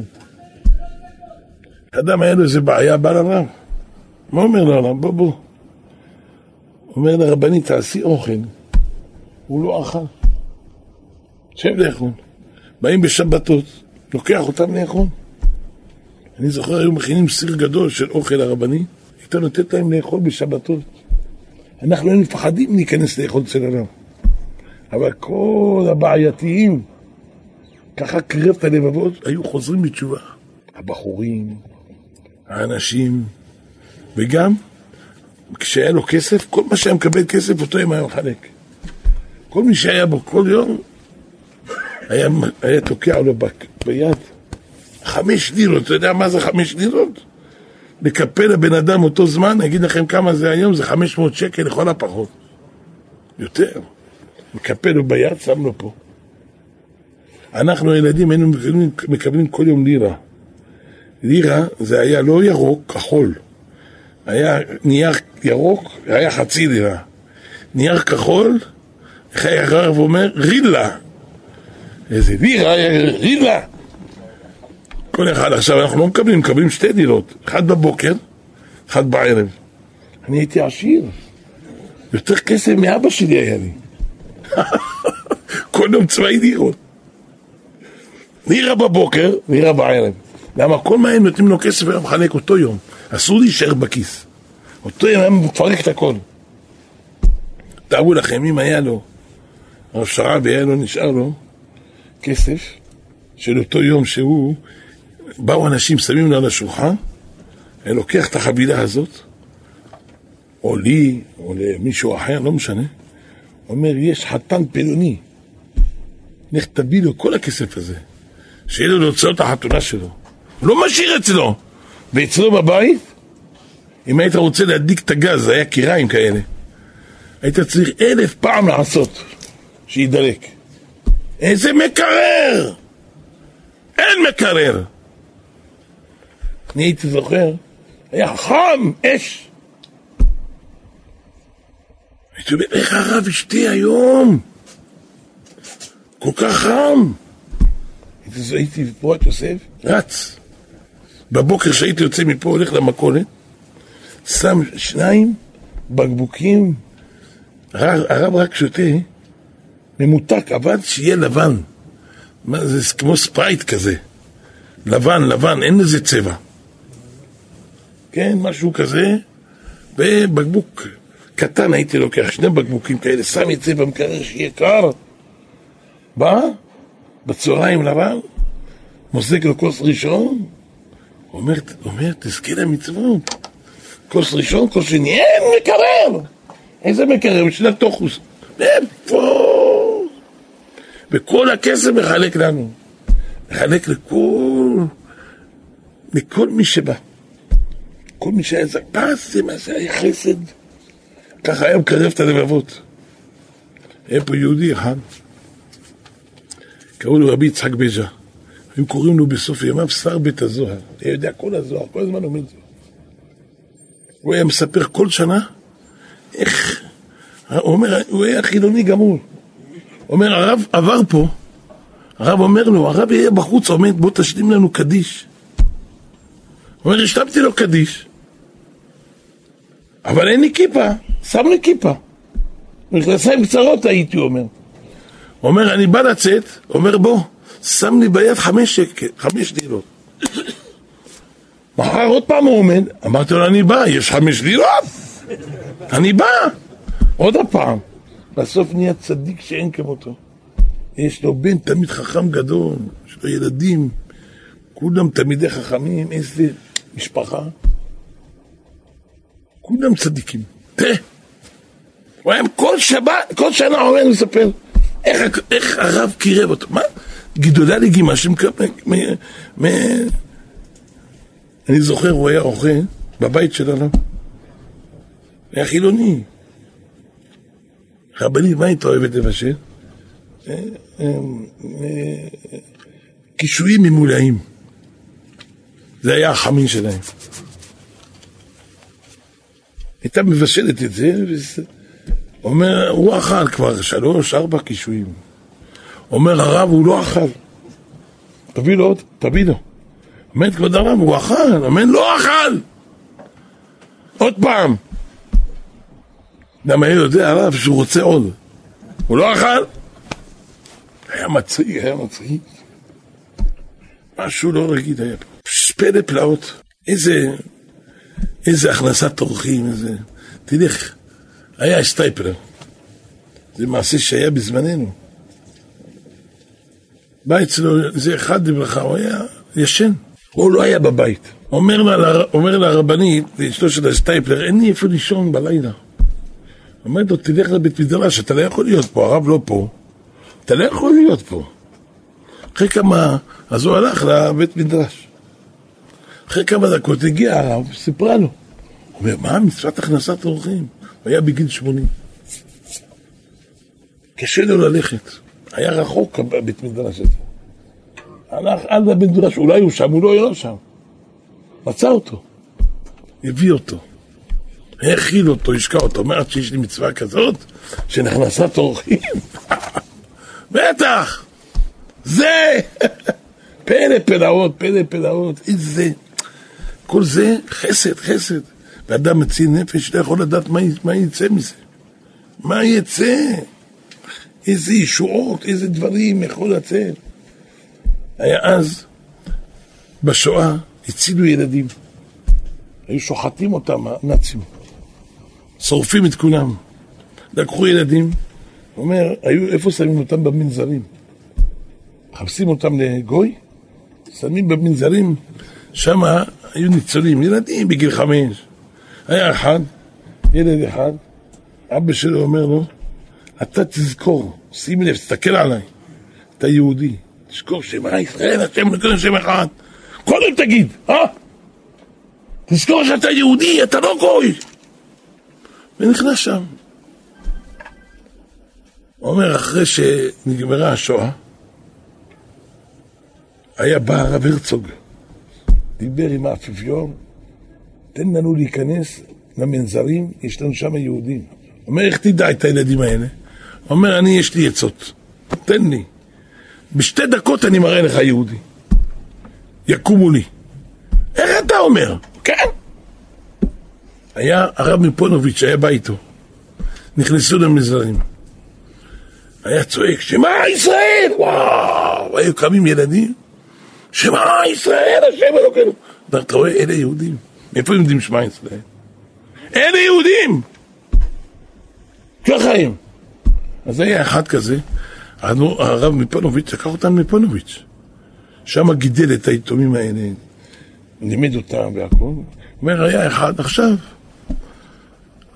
[SPEAKER 1] אדם היה לו איזה בעיה, בא לרב. מה אומר לו הרב? בוא בוא. אומר לרבני, תעשי אוכל. הוא לא אכל. שב לאכול. באים בשבתות, לוקח אותם לאכול. אני זוכר, היו מכינים סיר גדול של אוכל הרבני, הייתה נותנת להם לאכול בשבתות. אנחנו היינו מפחדים להיכנס לאכול אצל הרב. אבל כל הבעייתיים, ככה קרב את הלבבות, היו חוזרים בתשובה. הבחורים, האנשים, וגם כשהיה לו כסף, כל מה שהיה מקבל כסף, אותו הם היה מחלק. כל מי שהיה בו כל יום, היה, היה תוקע לו ב, ביד. חמש לירות, אתה יודע מה זה חמש לירות? לקפל לבן אדם אותו זמן, אני אגיד לכם כמה זה היום, זה חמש מאות שקל לכל הפחות. יותר. מקפל לו ביד, שם לו פה. אנחנו הילדים היינו מקבלים, מקבלים כל יום לירה. לירה זה היה לא ירוק, כחול. היה נייר ירוק, היה חצי לירה. נייר כחול, איך היה הרב אומר? רילה. איזה לירה, רילה. כל אחד עכשיו אנחנו לא מקבלים, מקבלים שתי דירות. אחד בבוקר, אחד בערב. אני הייתי עשיר. יותר כסף מאבא שלי היה לי. כל יום צבאי דירות. לירה בבוקר, לירה בערב. למה כל מה הם נותנים לו כסף והם מחלק אותו יום. אסור להישאר בכיס. אותו יום הם מפרק את הכל. תארו לכם, אם היה לו, הרב שרעבי היה לו, נשאר לו כסף של אותו יום שהוא, באו אנשים, שמים לו על השולחן, היה לוקח את החבילה הזאת, או לי, או למישהו אחר, לא משנה, אומר, יש חתן פלוני, לך תביא לו כל הכסף הזה, שיהיה לו להוציא את החתונה שלו. הוא לא משאיר אצלו. ואצלו בבית, אם היית רוצה להדליק את הגז, זה היה קיריים כאלה, היית צריך אלף פעם לעשות שידלק. איזה מקרר! אין מקרר! אני הייתי זוכר, היה חם, אש. הייתי אומר, איך הרב אשתי היום? כל כך חם. הייתי פה את יוסף, רץ. בבוקר שהייתי יוצא מפה, הולך למכולת, שם שניים בקבוקים, הרב רק שותה, ממותק, אבל שיהיה לבן. מה, זה כמו ספרייט כזה. לבן, לבן, אין לזה צבע. כן, משהו כזה, ובקבוק קטן הייתי לוקח, שני בקבוקים כאלה, שם את זה במקרר שיהיה קר. בא, בצהריים לבן, מוזג לו כוס ראשון, אומר, אומר, תזכה למצוות. כוס ראשון, כוס שני, אין מקרר. איזה מקרר? בשביל התוכוס. איפה? וכל הכסף מחלק לנו. מחלק לכל, לכל מי שבא. כל מי שהיה זפס, זה מה שהיה חסד. ככה היה מקרב את הלבבות. היה פה יהודי אחד. קראו לו רבי יצחק בז'ה. היו קוראים לו בסוף ימיו שר בית הזוהר. היה יודע כל הזוהר, כל הזמן עומד זוהר. הוא היה מספר כל שנה איך, הוא אומר, הוא היה חילוני גמור. הוא אומר, הרב עבר פה, הרב אומר לו, הרב יהיה בחוץ, עומד, בוא תשלים לנו קדיש. הוא אומר, השתמתי לו קדיש, אבל אין לי כיפה, שם לי כיפה. מכנסיים קצרות הייתי, הוא אומר. הוא אומר, אני בא לצאת, הוא אומר, בוא, שם לי ביד חמש שקל, חמש לירות. מחר עוד פעם הוא עומד, אמרתי לו, אני בא, יש חמש לירות? אני בא, עוד הפעם. בסוף נהיה צדיק שאין כמותו. יש לו בן תמיד חכם גדול, יש לו ילדים, כולם תמידי חכמים, איזה משפחה. כולם צדיקים. תראה, הוא היה כל שבת, כל שנה עומד לספר, איך, איך הרב קירב אותו. מה? גידולה לגימה שמקבל, מ, מ, אני זוכר, הוא היה אוכל בבית של הרב. היה חילוני. רבני, מה היית אוהבת לבשל? קישואים ממולאים. זה היה החמין שלהם. הייתה מבשלת את זה, אומר, הוא אכל כבר שלוש, ארבע קישואים. אומר הרב, הוא לא אכל. תביא לו עוד, תביא לו. אומר, כבוד הרב, הוא אכל. אומר, לא אכל. עוד פעם. למה היה יודע הרב שהוא רוצה עוד. הוא לא אכל. היה מצחיק, היה מצחיק. משהו לא רגיל היה פה. פלא פלאות. איזה, איזה הכנסת אורחים, איזה... תלך, היה שטייפלר. זה מעשה שהיה בזמננו. בא אצלו, זה אחד לברכה, הוא היה ישן. הוא לא היה בבית. אומר לה, אומר לרבנית, לאשתו של השטייפלר, אין לי איפה לישון בלילה. אומר לו, תלך לבית מדרש, אתה לא יכול להיות פה, הרב לא פה. אתה לא יכול להיות פה. אחרי כמה, אז הוא הלך לבית מדרש. אחרי כמה דקות הגיע הרב, סיפרה לו. הוא אומר, מה מצוות הכנסת אורחים? הוא היה בגיל שמונים. קשה לו ללכת. היה רחוק בבית מדרש הזה. הלך עד לבית מדרש, אולי הוא שם, הוא לא היה שם. מצא אותו. הביא אותו. האכיל אותו, השקע אותו. אומרת שיש לי מצווה כזאת, שנכנסת אורחים. בטח! זה! פלא פלאות, פלא פלאות. איזה... כל זה חסד, חסד. ואדם מציל נפש, לא יכול לדעת מה, מה יצא מזה. מה יצא? איזה ישועות, איזה דברים יכול לצאת. היה אז, בשואה, הצילו ילדים. היו שוחטים אותם, הנאצים. שורפים את כולם. לקחו ילדים, אומר, היו, איפה שמים אותם במנזרים? מחפשים אותם לגוי, שמים במנזרים, שם היו ניצולים, ילדים בגיל חמש. היה אחד, ילד אחד, אבא שלו אומר לו, אתה תזכור, שימי לב, תסתכל עליי, אתה יהודי, תזכור שמה ישראל, השם נקרא שם אחד, קודם תגיד, אה? תזכור שאתה יהודי, אתה לא גוי. ונכנס שם. הוא אומר, אחרי שנגמרה השואה, היה בא הרב הרצוג, דיבר עם האפיפיון, תן לנו להיכנס למנזרים, יש לנו שם יהודים. הוא אומר, איך תדע את הילדים האלה? הוא אומר, אני יש לי עצות, תן לי. בשתי דקות אני מראה לך יהודי. יקומו לי. איך אתה אומר? כן. היה הרב מפונוביץ', היה בא איתו. נכנסו למנזרים. היה צועק, שמע ישראל! וואו! היו קמים ילדים. שמע ישראל, השם אלוקינו. אתה רואה, אלה יהודים. מאיפה יודעים שמע ישראל? אלה יהודים! ככה הם. אז היה אחד כזה, הרב מפונוביץ', לקח אותם מפונוביץ'. שם גידל את היתומים האלה, לימד אותם והכל. אומר, היה אחד, עכשיו,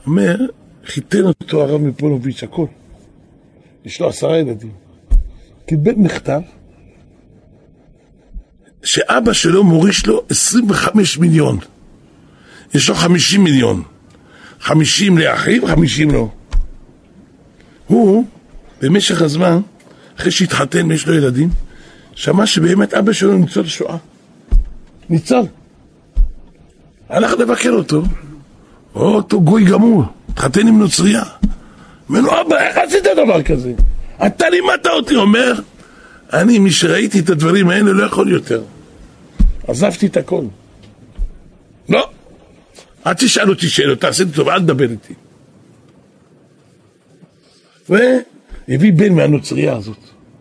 [SPEAKER 1] אומר, חיתן אותו הרב מפונוביץ' הכל. יש לו עשרה ילדים. קיבל מכתב, שאבא שלו מוריש לו עשרים וחמישה מיליון. יש לו חמישים מיליון. חמישים לאחיו, חמישים לו. הוא, במשך הזמן, אחרי שהתחתן ויש לו ילדים, שמע שבאמת אבא שלו ניצול שואה. ניצול. הלך לבקר אותו. אותו גוי גמור, התחתן עם נוצריה. אומר לו, אבא, איך עשית דבר כזה? אתה לימדת אותי, אומר, אני, מי שראיתי את הדברים האלה, לא יכול יותר. עזבתי את הכל. לא. אל תשאל אותי שאלות, תעשה לי טוב, אל תדבר איתי. והביא בן מהנוצריה הזאת.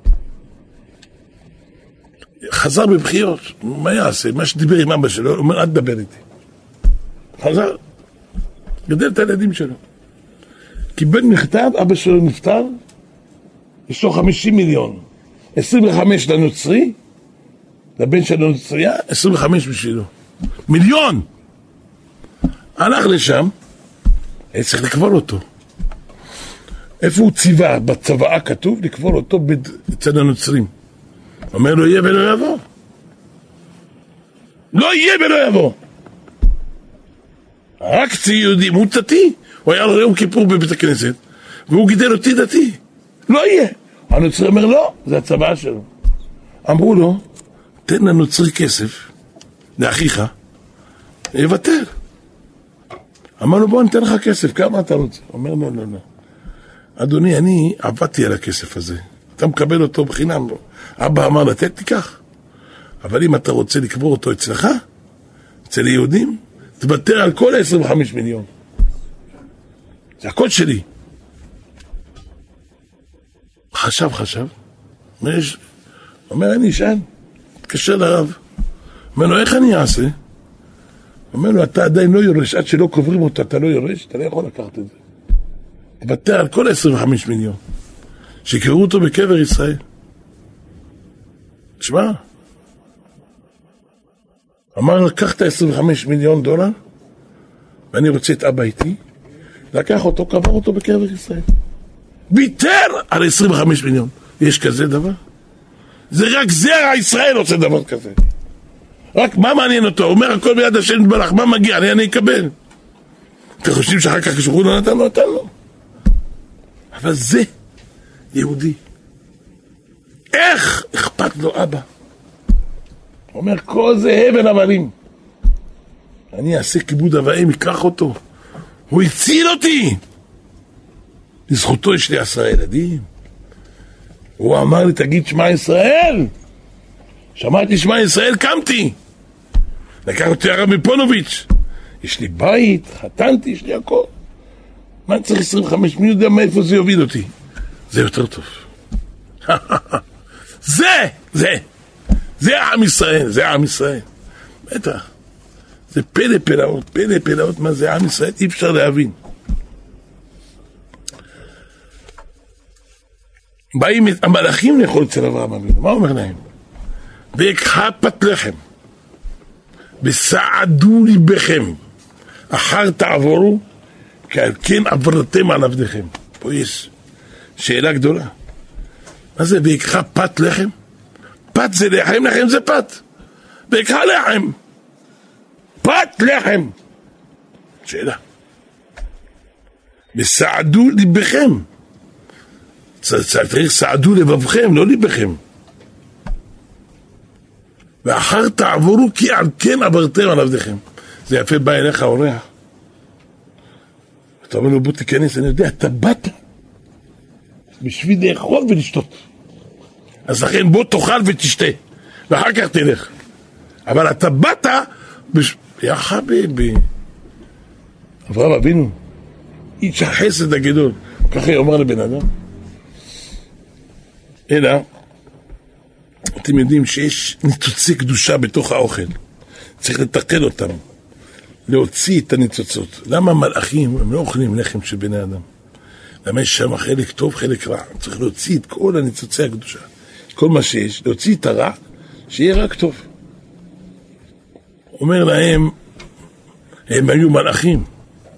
[SPEAKER 1] חזר בבחיות, מה יעשה? מה שדיבר עם אבא שלו, הוא אומר, אל תדבר איתי. חזר. גדל את הילדים שלו. קיבל מכתב, אבא שלו נפטר, יש לו חמישים מיליון. עשרים וחמש לנוצרי, לבן של הנוצריה, עשרים וחמש בשבילו. מיליון! הלך לשם, היה צריך לקבור אותו. איפה הוא ציווה? בצוואה כתוב, לקבור אותו אצל הנוצרים. אומר לו, יהיה ולא יבוא. לא יהיה ולא יבוא. רק צי יהודים, הוא דתי. הוא היה לו יום כיפור בבית הכנסת, והוא גידל אותי דתי. לא יהיה. הנוצרי אומר, לא, זה הצוואה שלו. אמרו לו, תן לנוצרי כסף, לאחיך, יוותר. אמר לו, בוא ניתן לך כסף, כמה אתה רוצה? אומר, לא, לא, לא. אדוני, אני עבדתי על הכסף הזה. אתה מקבל אותו בחינם. אבא אמר, לתת תיקח. אבל אם אתה רוצה לקבור אותו אצלך, אצל יהודים, תוותר על כל ה-עשרים וחמישה מיליון. זה הכל שלי. חשב, חשב. אומר, אני אשאל. תקשר לרב. אומר לו, איך אני אעשה? אומר לו, אתה עדיין לא יורש, עד שלא קוברים אותו, אתה לא יורש, אתה לא יכול לקחת את זה. תוותר על כל ה-עשרים וחמישה מיליון. שיקראו אותו בקבר ישראל. תשמע. אמר, לקח את ה-עשרים וחמישה מיליון דולר, ואני רוצה את אבא איתי, לקח אותו, קבר אותו בקבר ישראל. ויתר על עשרים וחמישה מיליון. יש כזה דבר? זה רק זרע ישראל עושה דבר כזה. רק מה מעניין אותו? הוא אומר, הכל ביד השם יתברך, מה מגיע? אני, אני אקבל. אתם חושבים שאחר כך כשהוא לא נתן לו, נתן לו. אבל זה יהודי. איך אכפת לו אבא? הוא אומר, כל זה הבל הבלים. אני אעשה כיבוד אבאים, אקח אותו. הוא הציל אותי. לזכותו יש לי עשרה ילדים. הוא אמר לי, תגיד שמע ישראל. שמעתי שמע ישראל, קמתי. לקח אותי הרב מפונוביץ'. יש לי בית, חתנתי, יש לי הכל. מה צריך עשרים וחמש? מי יודע מאיפה זה יוביל אותי? זה יותר טוב. זה, זה. זה עם ישראל, זה עם ישראל. בטח. זה פלא פלאות, פלא פלאות, מה זה עם ישראל? אי אפשר להבין. באים המלאכים לאכול אצל אברהם אבינו, מה אומר להם? ויקחה פת לחם, וסעדו ליבכם, אחר תעבורו, כי על כן עברתם על עבדיכם. פה יש שאלה גדולה. מה זה ויקחה פת לחם? פת זה לחם, לחם זה פת. ויקחה לחם. פת לחם. שאלה. וסעדו ליבכם. צריך סעדו לבבכם, לא ליבכם. ואחר תעבורו כי על כן עברתם על עבדיכם. זה יפה, בא אליך אורח. אתה אומר לו, בוא תיכנס, אני יודע, אתה באת בשביל לאכול ולשתות. אז לכן בוא תאכל ותשתה, ואחר כך תלך. אבל אתה באת, בש... יא חביבי, אברהם אבינו, איש החסד הגדול, ככה היא אומר לבן אדם. אלא, אתם יודעים שיש ניצוצי קדושה בתוך האוכל. צריך לתקל אותם, להוציא את הניצוצות. למה מלאכים הם לא אוכלים לחם של בני אדם? למה יש שם חלק טוב, חלק רע? צריך להוציא את כל הניצוצי הקדושה. כל מה שיש, להוציא את הרע, שיהיה רק טוב. אומר להם, הם היו מלאכים.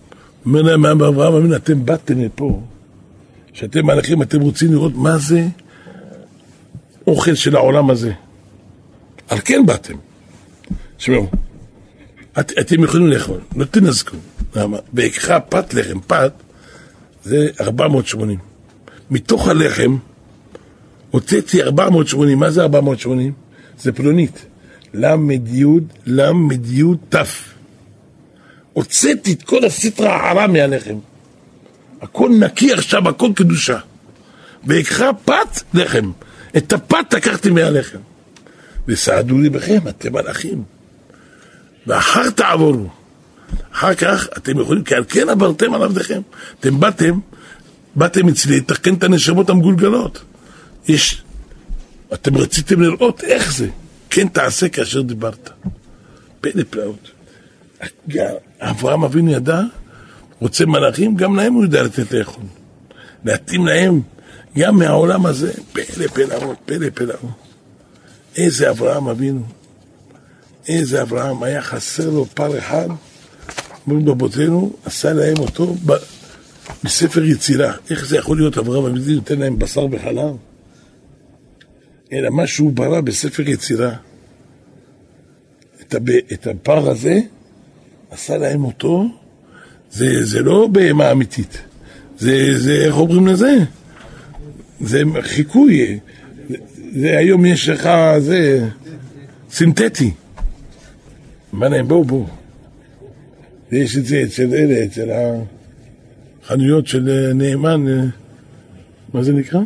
[SPEAKER 1] אומר להם, אברהם אבינו, אתם באתם לפה, שאתם מלאכים, אתם רוצים לראות מה זה אוכל של העולם הזה. על כן באתם. שמעו, את, אתם יכולים לאכול, לא תנזקו. למה? ויקחה פת לחם, פת, זה ארבע מאות ושמונים. מתוך הלחם, הוצאתי ארבע מאות ושמונים, מה זה ארבע מאות ושמונים? זה פלונית. למד יוד, למד יוד תף. הוצאתי את כל הסטרה הערה מהלחם. הכל נקי עכשיו, הכל קדושה. ויקחה פת לחם. את הפת לקחתי מהלחם. וסעדו לי בכם, אתם מלאכים. ואחר תעבורו. אחר כך אתם יכולים, כי על כן עברתם על עבדכם. אתם באתם, באתם אצלי, לתקן את הנשמות המגולגלות. יש, אתם רציתם לראות איך זה. כן תעשה כאשר דיברת. פלא פלאות. אברהם אבינו ידע, רוצה מלאכים, גם להם הוא יודע לתת לאכול. להתאים להם, גם מהעולם הזה, פלא פלאות, פלא פלאות. איזה אברהם אבינו. איזה אברהם, היה חסר לו פר אחד, מול בבותינו, עשה להם אותו ב... בספר יצירה. איך זה יכול להיות אברהם אבינו, נותן להם בשר וחלב? אלא מה שהוא ברא בספר יצירה. את, הב... את הפר הזה, עשה להם אותו, זה, זה לא בהמה אמיתית. זה, זה, איך אומרים לזה? זה חיקוי. זה, זה היום יש לך, זה סינתטי. מה להם, בואו, בואו. יש את זה אצל אלה, אצל החנויות של נאמן, מה זה נקרא?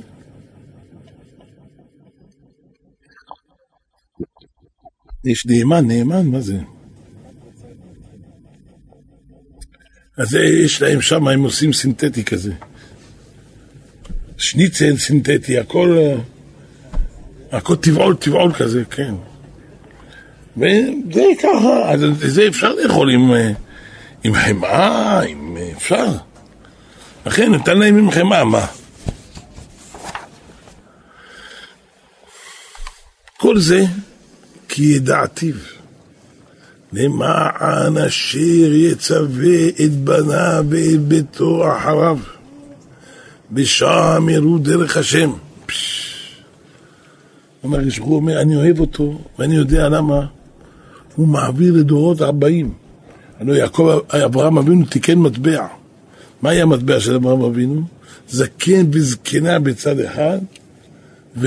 [SPEAKER 1] יש נאמן, נאמן, מה זה? אז יש להם שם, הם עושים סינתטי כזה. שניצל סינתטי, הכל, הכל טבעול, טבעול כזה, כן. וזה ככה, אז זה אפשר לאכול עם, עם חמאה, עם אפשר. לכן, נתן להם עם חמאה, מה? כל זה כי ידעתיו. למען אשר יצווה את בניו ואת ביתו אחריו, בשעה יראו דרך השם. אומר, הוא אומר, אני אוהב אותו, ואני יודע למה הוא מעביר לדורות ארבעים. הלוא יעקב, אברהם אבינו תיקן מטבע. מה היה המטבע של אברהם אבינו? זקן וזקנה בצד אחד, ו...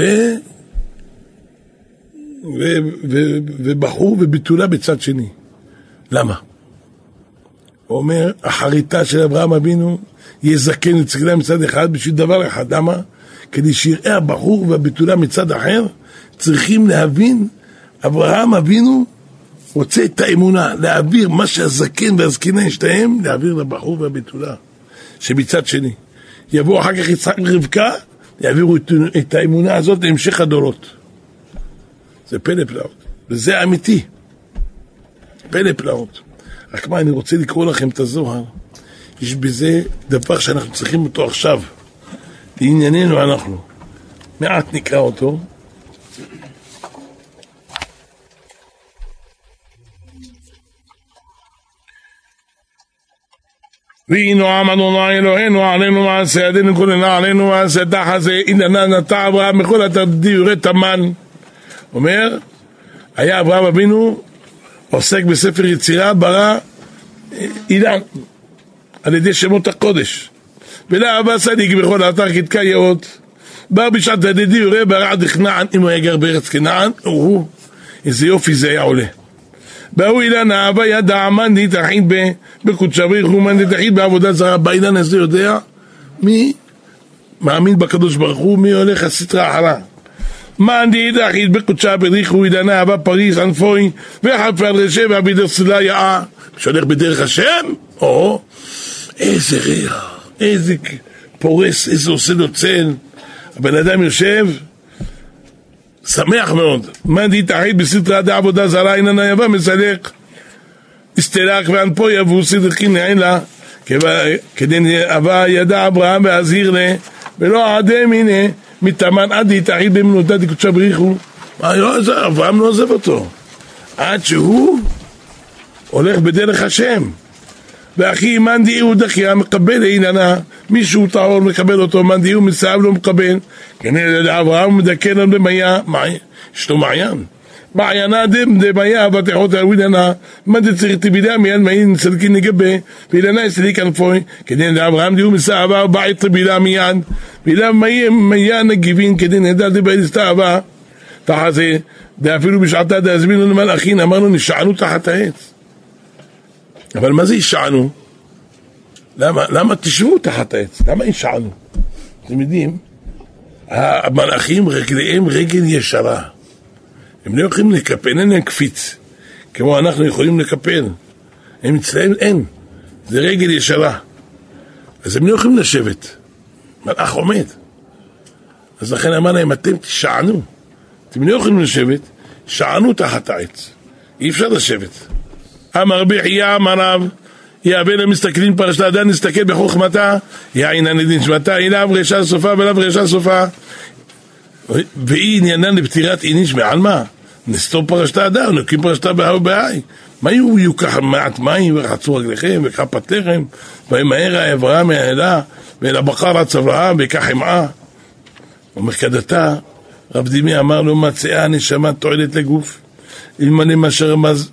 [SPEAKER 1] ו... ו... ובחור וביטולה בצד שני. למה? הוא אומר, החריטה של אברהם אבינו יהיה זקן וזקנה מצד אחד בשביל דבר אחד. למה? כדי שיראה הבחור והביטולה מצד אחר, צריכים להבין, אברהם אבינו רוצה את האמונה, להעביר מה שהזקן והזקנה יש להם, להעביר לבחור והביטולה שמצד שני. יבוא אחר כך יצחק ורבקה, יעבירו את, את האמונה הזאת להמשך הדורות. זה פלא פלאות, וזה אמיתי. פלא פלאות. רק מה, אני רוצה לקרוא לכם את הזוהר. יש בזה דבר שאנחנו צריכים אותו עכשיו. לענייננו אנחנו. מעט נקרא אותו. והינו עם אדוני אלוהינו עלינו מעשה ידינו כוננה עלינו מעשה תחזה אילנה נטע אברהם בכל התדיורי תמן. אומר, היה אברהם אבינו עוסק בספר יצירה, ברא אילן על ידי שמות הקודש, ולאבא סדיק בכל האתר כתקה יאות, בא בשעת ידידי יורה ברע דכנען, אם הוא היה גר בארץ כנען, הוא, איזה יופי זה היה עולה. באו אילן האבא ידע מן דתחיד בקודשה בריך ומן דתחיד בעבודה זרה. באילן הזה יודע מי מאמין בקדוש ברוך הוא, מי הולך הסטרה אחרה. מן דתחיד בקודשה בריך הוא אילן האבא פריס ענפוי וחפר רשב והבידר סלה יאה, שהולך בדרך השם. או איזה ריח, איזה פורס, איזה עושה לו צל. הבן אדם יושב שמח מאוד. מן דתחיד בסטרה דעבודה זרה איננה יבא מסלק הסתלק ואנפו יבוא סדרקין נעין לה כדי אבא ידע אברהם והזהיר לה ולא עדם הנה מתאמן עד דתחיד במנותא דקודשה בריחו. אברהם לא עוזב אותו עד שהוא הולך בדרך השם. ואחי מאן דאיהו דחיה מקבל איננה, מישהו טהור מקבל אותו, מאן דאיהו מסעב לא מקבל. כנראה אברהם מדכן על במיה, יש לו מעיין מעיינה דם דמיה ותחות הווילנה, מה דצריך תבידה מיין מעין סלקין נגבה, ואילנה יסליק אנפוי, כנראה אברהם דאיהו מסעב ובעית תבידה מיין, ואילנה מיין נגיבין, כנראה נדל דבעי דסתאווה, תחת זה, אפילו בשעתה דהזמינו למלאכין, אמרנו נשענו תחת העץ. אבל מה זה ישענו? למה, למה תשבו תחת העץ? למה ישענו? אתם יודעים, המלאכים רגליהם רגל ישרה. הם לא יכולים לקפל, אין להם קפיץ, כמו אנחנו יכולים לקפל. הם אצלהם אין, זה רגל ישרה. אז הם לא יכולים לשבת. מלאך עומד. אז לכן אמר להם, אתם תשענו. אתם לא יכולים לשבת, שענו תחת העץ. אי אפשר לשבת. אמר בחייה אמר רב, יאבן המסתכלים פרשת האדם, נסתכל בחוכמתה, יעין הנדין שמתה, אליו רשע סופה ולאו רשע סופה. ואי עניינן לפטירת איניש מעל מה? נסתור פרשת האדם, נקים פרשתה בהאו בהאי. מה יהיו יוקח מעט מים ורחצו רגליכם וכפת לחם, וימהר העברה מהעדה, ואל הבקר הצברעה ויקח חמאה. ומחקדתה, רב דימי אמר לו, מצאה נשמה תועלת לגוף, אלמלא מה שרמז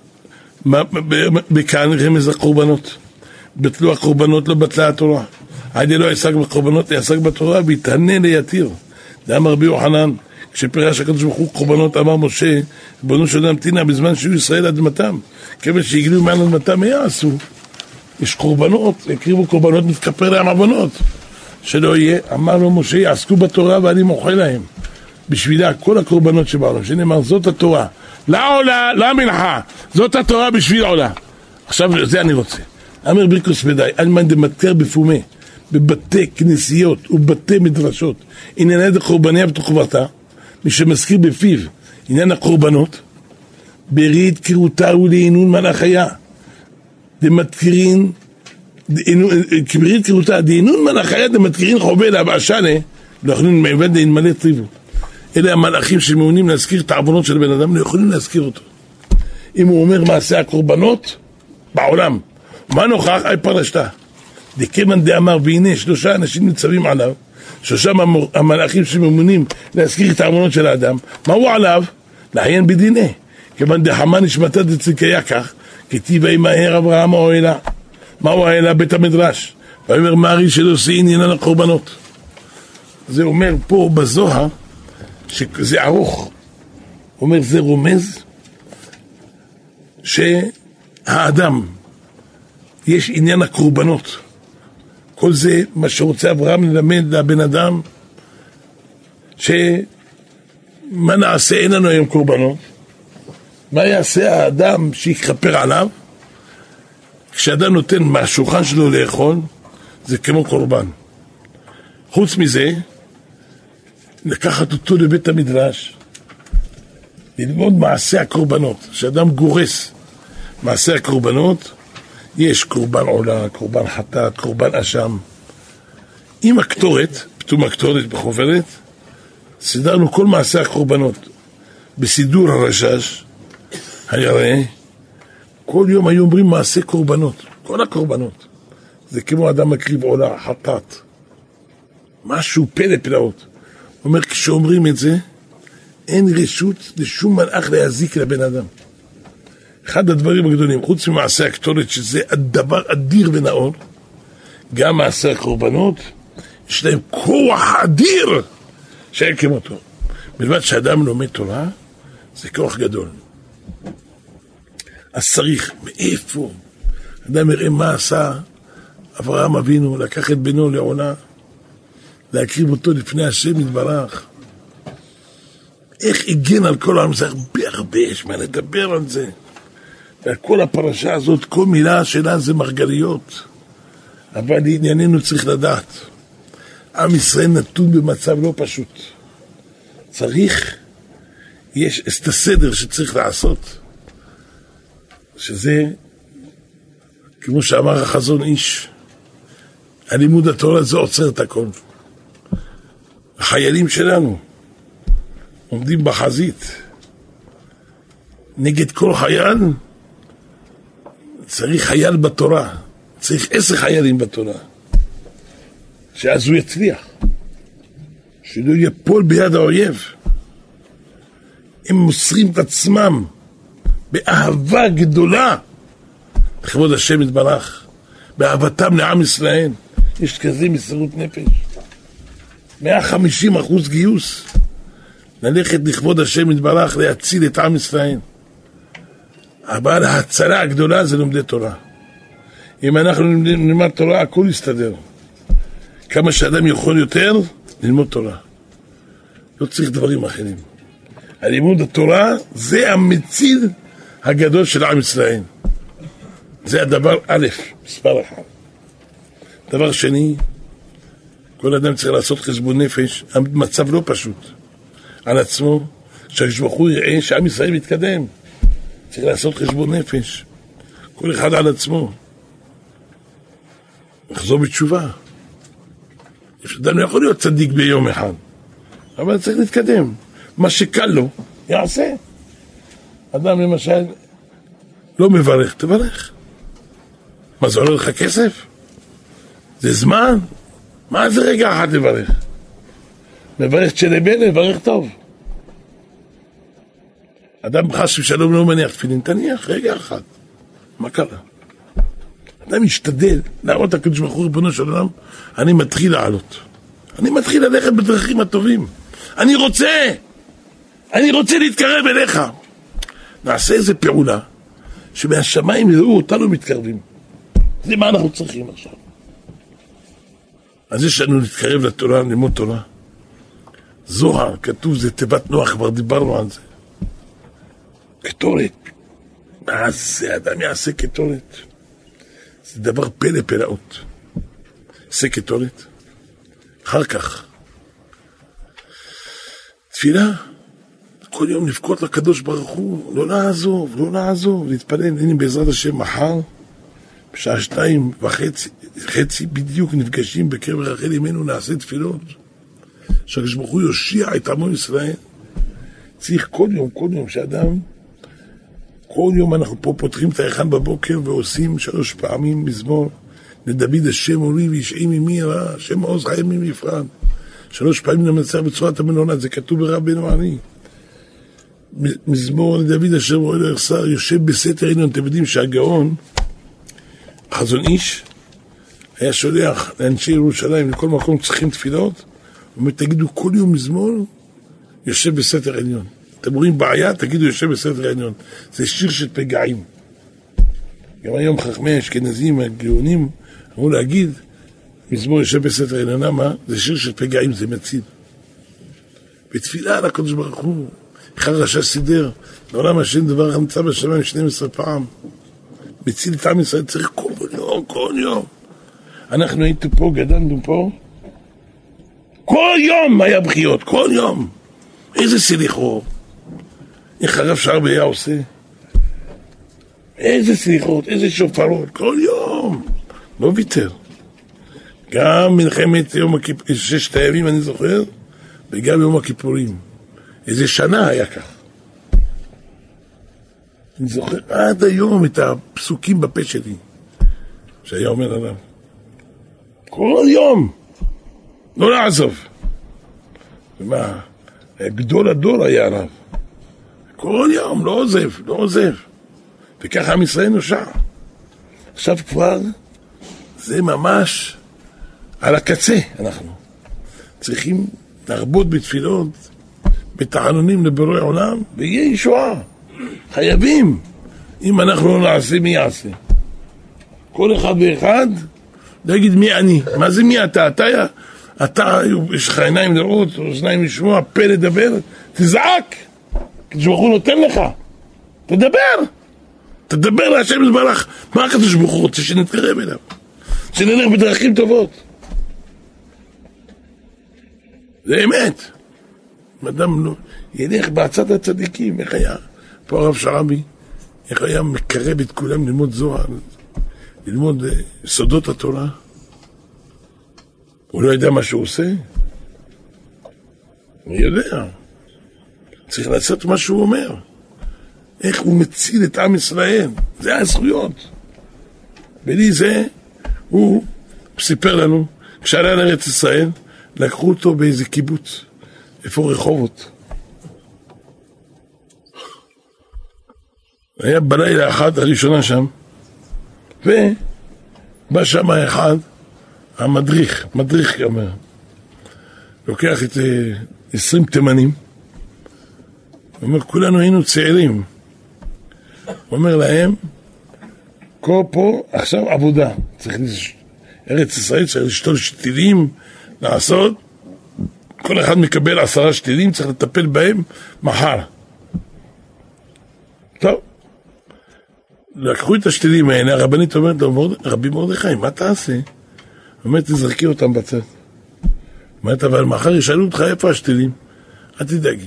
[SPEAKER 1] בכאן רמז הקורבנות. בטלו הקורבנות לא בטלה התורה. עדי לא יעסק בקורבנות, יעסק בתורה ויתהנה ליתיר. דאמר רבי יוחנן, כשפירש הקדוש ברוך הוא קורבנות, אמר משה, ריבונו של עולם תמתין בזמן שיהיו ישראל אדמתם, כיוון שהגלו מעל אדמתם, מה יעשו? יש קורבנות, הקריבו קורבנות, מתכפר להם עוונות. שלא יהיה, אמר לו משה, יעסקו בתורה ואני מוחה להם. בשבילה, כל הקורבנות שבעולם, שנאמר, זאת התורה. לא עולה, לא מנחה, זאת התורה בשביל עולה. עכשיו, זה אני רוצה. אמר ברכוס ודי, אלמן דמתקר בפומה, בבתי כנסיות ובתי מדרשות, ענייני דקורבניה ותוכברתה, מי שמזכיר בפיו עניין הקורבנות, ברית קרותה ולעינון מלאך היה, דמתקירין, ברית קרותה, דעינון מלאך היה, דמתקירין חובה להבאשנה, לא יכולים מעבד דין מלא טריבו. אלה המלאכים שמעונים להזכיר את העוונות של בן אדם, לא יכולים להזכיר אותו. אם הוא אומר מעשה הקורבנות בעולם, מה נוכח? אי פרשתה. דכיוון דאמר, והנה שלושה אנשים ניצבים עליו, שלושה המלאכים שמעונים להזכיר את העוונות של האדם, מה הוא עליו? לעיין בדיני. כיוון דחמה נשמתה דצדקיה כך, כתיב וימהר אברהם האוהלה. מה הוא האוהלה? בית המדרש. ואומר מארי שלא עושה עניינן הקורבנות. זה אומר פה בזוהר, שזה ארוך, אומר זה רומז שהאדם יש עניין הקורבנות. כל זה מה שרוצה אברהם ללמד לבן אדם, שמה נעשה, אין לנו היום קורבנות, מה יעשה האדם שיכפר עליו? כשאדם נותן מהשולחן שלו לאכול, זה כמו קורבן. חוץ מזה, לקחת אותו לבית המדרש, ללמוד מעשה הקורבנות. כשאדם גורס מעשה הקורבנות, יש קורבן עולה, קורבן חטאת, קורבן אשם. עם הקטורת, פתאום הקטורת בחוברת, סידרנו כל מעשה הקורבנות. בסידור הרשש, הירא, כל יום היו אומרים מעשה קורבנות, כל הקורבנות. זה כמו אדם מקריב עולה, חטאת. משהו פלא פלאות. אומר, כשאומרים את זה, אין רשות לשום מלאך להזיק לבן אדם. אחד הדברים הגדולים, חוץ ממעשה הקטורת, שזה הדבר אדיר ונאור, גם מעשה הקורבנות, יש להם כוח אדיר שאין כמותו. בלבד שאדם לומד תורה, זה כוח גדול. אז צריך, מאיפה? אדם יראה מה עשה אברהם אבינו, לקח את בנו לעונה, להקריב אותו לפני השם יתברך. איך הגן על כל העם, זה הרבה הרבה, יש מה לדבר על זה. וכל הפרשה הזאת, כל מילה שלה זה מרגליות. אבל לענייננו צריך לדעת. עם ישראל נתון במצב לא פשוט. צריך, יש את הסדר שצריך לעשות. שזה, כמו שאמר החזון איש, הלימוד התורה זה עוצר את הכל. החיילים שלנו עומדים בחזית. נגד כל חייל, צריך חייל בתורה. צריך עשר חיילים בתורה, שאז הוא יצליח, שלא יפול ביד האויב. הם מוסרים את עצמם באהבה גדולה לכבוד השם יתברך, באהבתם לעם ישראל. יש כזה מסירות נפש, מאה וחמישים אחוז גיוס ללכת לכבוד השם יתברך, להציל את עם ישראל. אבל ההצלה הגדולה זה לומדי תורה. אם אנחנו נלמד תורה, הכל יסתדר. כמה שאדם יכול יותר ללמוד תורה, לא צריך דברים אחרים. הלימוד התורה זה המציל הגדול של עם ישראל. זה הדבר א', מספר אחד. דבר שני, כל אדם צריך לעשות חשבון נפש. המצב לא פשוט על עצמו, שהשבחו יראה שעם ישראל מתקדם. צריך לעשות חשבון נפש, כל אחד על עצמו, לחזור בתשובה. אדם לא יכול להיות צדיק ביום אחד, אבל צריך להתקדם. מה שקל לו יעשה. אדם למשל לא מברך, תברך. מה זה עולה לך כסף? זה זמן? מה זה רגע אחד לברך? מברך שלבן, מברך טוב. אדם חס ושלום לא מניח תפילין, תניח רגע אחד. מה קרה? אדם משתדל להראות הקדוש ברוך הוא ריבונו של עולם, אני מתחיל לעלות, אני מתחיל ללכת בדרכים הטובים, אני רוצה אני רוצה להתקרב אליך. נעשה איזה פעולה שמהשמיים יראו אותנו מתקרבים. זה מה אנחנו צריכים עכשיו. אז יש לנו להתקרב לתורה, ללמוד תורה. זוהר, כתוב, זה תיבת נוח, כבר דיברנו על זה. קטורת. מה זה אדם יעשה קטורת? זה דבר פלא פלאות. עשה קטורת. אחר כך תפילה, כל יום לבכות לקדוש ברוך הוא, לא לעזוב, לא לעזוב, להתפלל. הנה בעזרת השם מחר בשעה שתיים וחצי חצי בדיוק נפגשים בקבר רחל אמנו, נעשה תפילות שהקדוש ברוך הוא יושיע את עמו ישראל. צריך כל יום, כל יום שאדם, כל יום אנחנו פה פותחים את היחן בבוקר ועושים שלוש פעמים מזמור לדוד השם אורי וישעי ממי רע, השם מעוז חיים ממי יפרד. שלוש פעמים נמצא בצורת המנונה, זה כתוב ברבנו ארי. מזמור לדוד אשר רואה לו יחסר, יושב בסתר עליון. אתם יודעים שהגאון חזון איש היה שולח לאנשי ירושלים לכל מקום צריכים תפילות, ותגידו כל יום מזמור יושב בסתר עליון. אתם רואים בעיה, תגידו יושב בסתר עליון. זה שיר של פגעים. גם היום חכמי האשכנזים הגאונים אמרו להגיד מזמור יושב בסתר עליון. למה? זה שיר של פגעים, זה מציל. בתפילה על הקדוש ברוך הוא, אחד רשע סידר, לעולם השם דבר נמצא בשמיים שנים עשרה פעם. מציל את עם ישראל, צריך כל יום, כל יום. אנחנו היינו פה, גדלנו פה, כל יום היה בחיות, כל יום. איזה סליחות. איך הרב שער היה עושה? איזה סליחות, איזה שופרות, כל יום. לא ויתר. גם מלחמת יום הכיפורים, ששת הימים אני זוכר, וגם יום הכיפורים. איזה שנה היה כך. אני זוכר עד היום את הפסוקים בפה שלי, שהיה אומר עליו. כל יום, לא לעזוב. ומה, גדול הדור היה עליו. כל יום, לא עוזב, לא עוזב. וככה עם ישראל נושע. עכשיו כבר, זה ממש על הקצה אנחנו. צריכים להרבות בתפילות, בתענונים לבורא עולם, ויהיה ישועה. חייבים. אם אנחנו לא נעשה, מי יעשה? כל אחד ואחד, להגיד מי אני. מה זה מי אתה? אתה, אתה יש לך עיניים לראות, אוזניים לשמוע, פה לדבר, תזעק. הקדוש ברוך הוא נותן לך. תדבר. תדבר להשם יתברך. מה הקדוש ברוך הוא רוצה? שנתקרב אליו. שנלך בדרכים טובות. זה אמת. אדם לא ילך בעצת הצדיקים. איך היה פה הרב שרעבי, איך היה מקרב את כולם ללמוד זוהר, ללמוד סודות התורה. הוא לא יודע מה שהוא עושה. הוא יודע. צריך לעשות מה שהוא אומר. איך הוא מציל את עם ישראל. זה הזכויות. בלי זה הוא סיפר לנו, כשעלה לארץ ישראל, לקחו אותו באיזה קיבוץ, איפה רחובות. היה בלילה אחת הראשונה שם, ובא שם אחד, המדריך, מדריך אומר, לוקח את עשרים תימנים, הוא אומר, כולנו היינו צעירים. הוא אומר להם, כל פה עכשיו עבודה, צריך ארץ ישראל, צריך לשתול שתילים, לעשות, כל אחד מקבל עשרה שתילים, צריך לטפל בהם מחר. טוב, לקחו את השתילים האלה, הרבנית אומרת לו, רבי מרדכי, מה תעשה? אומרת, תזרקי אותם בצד. אומרת, אבל מחר ישאלו אותך איפה השתילים, אל תדאגי.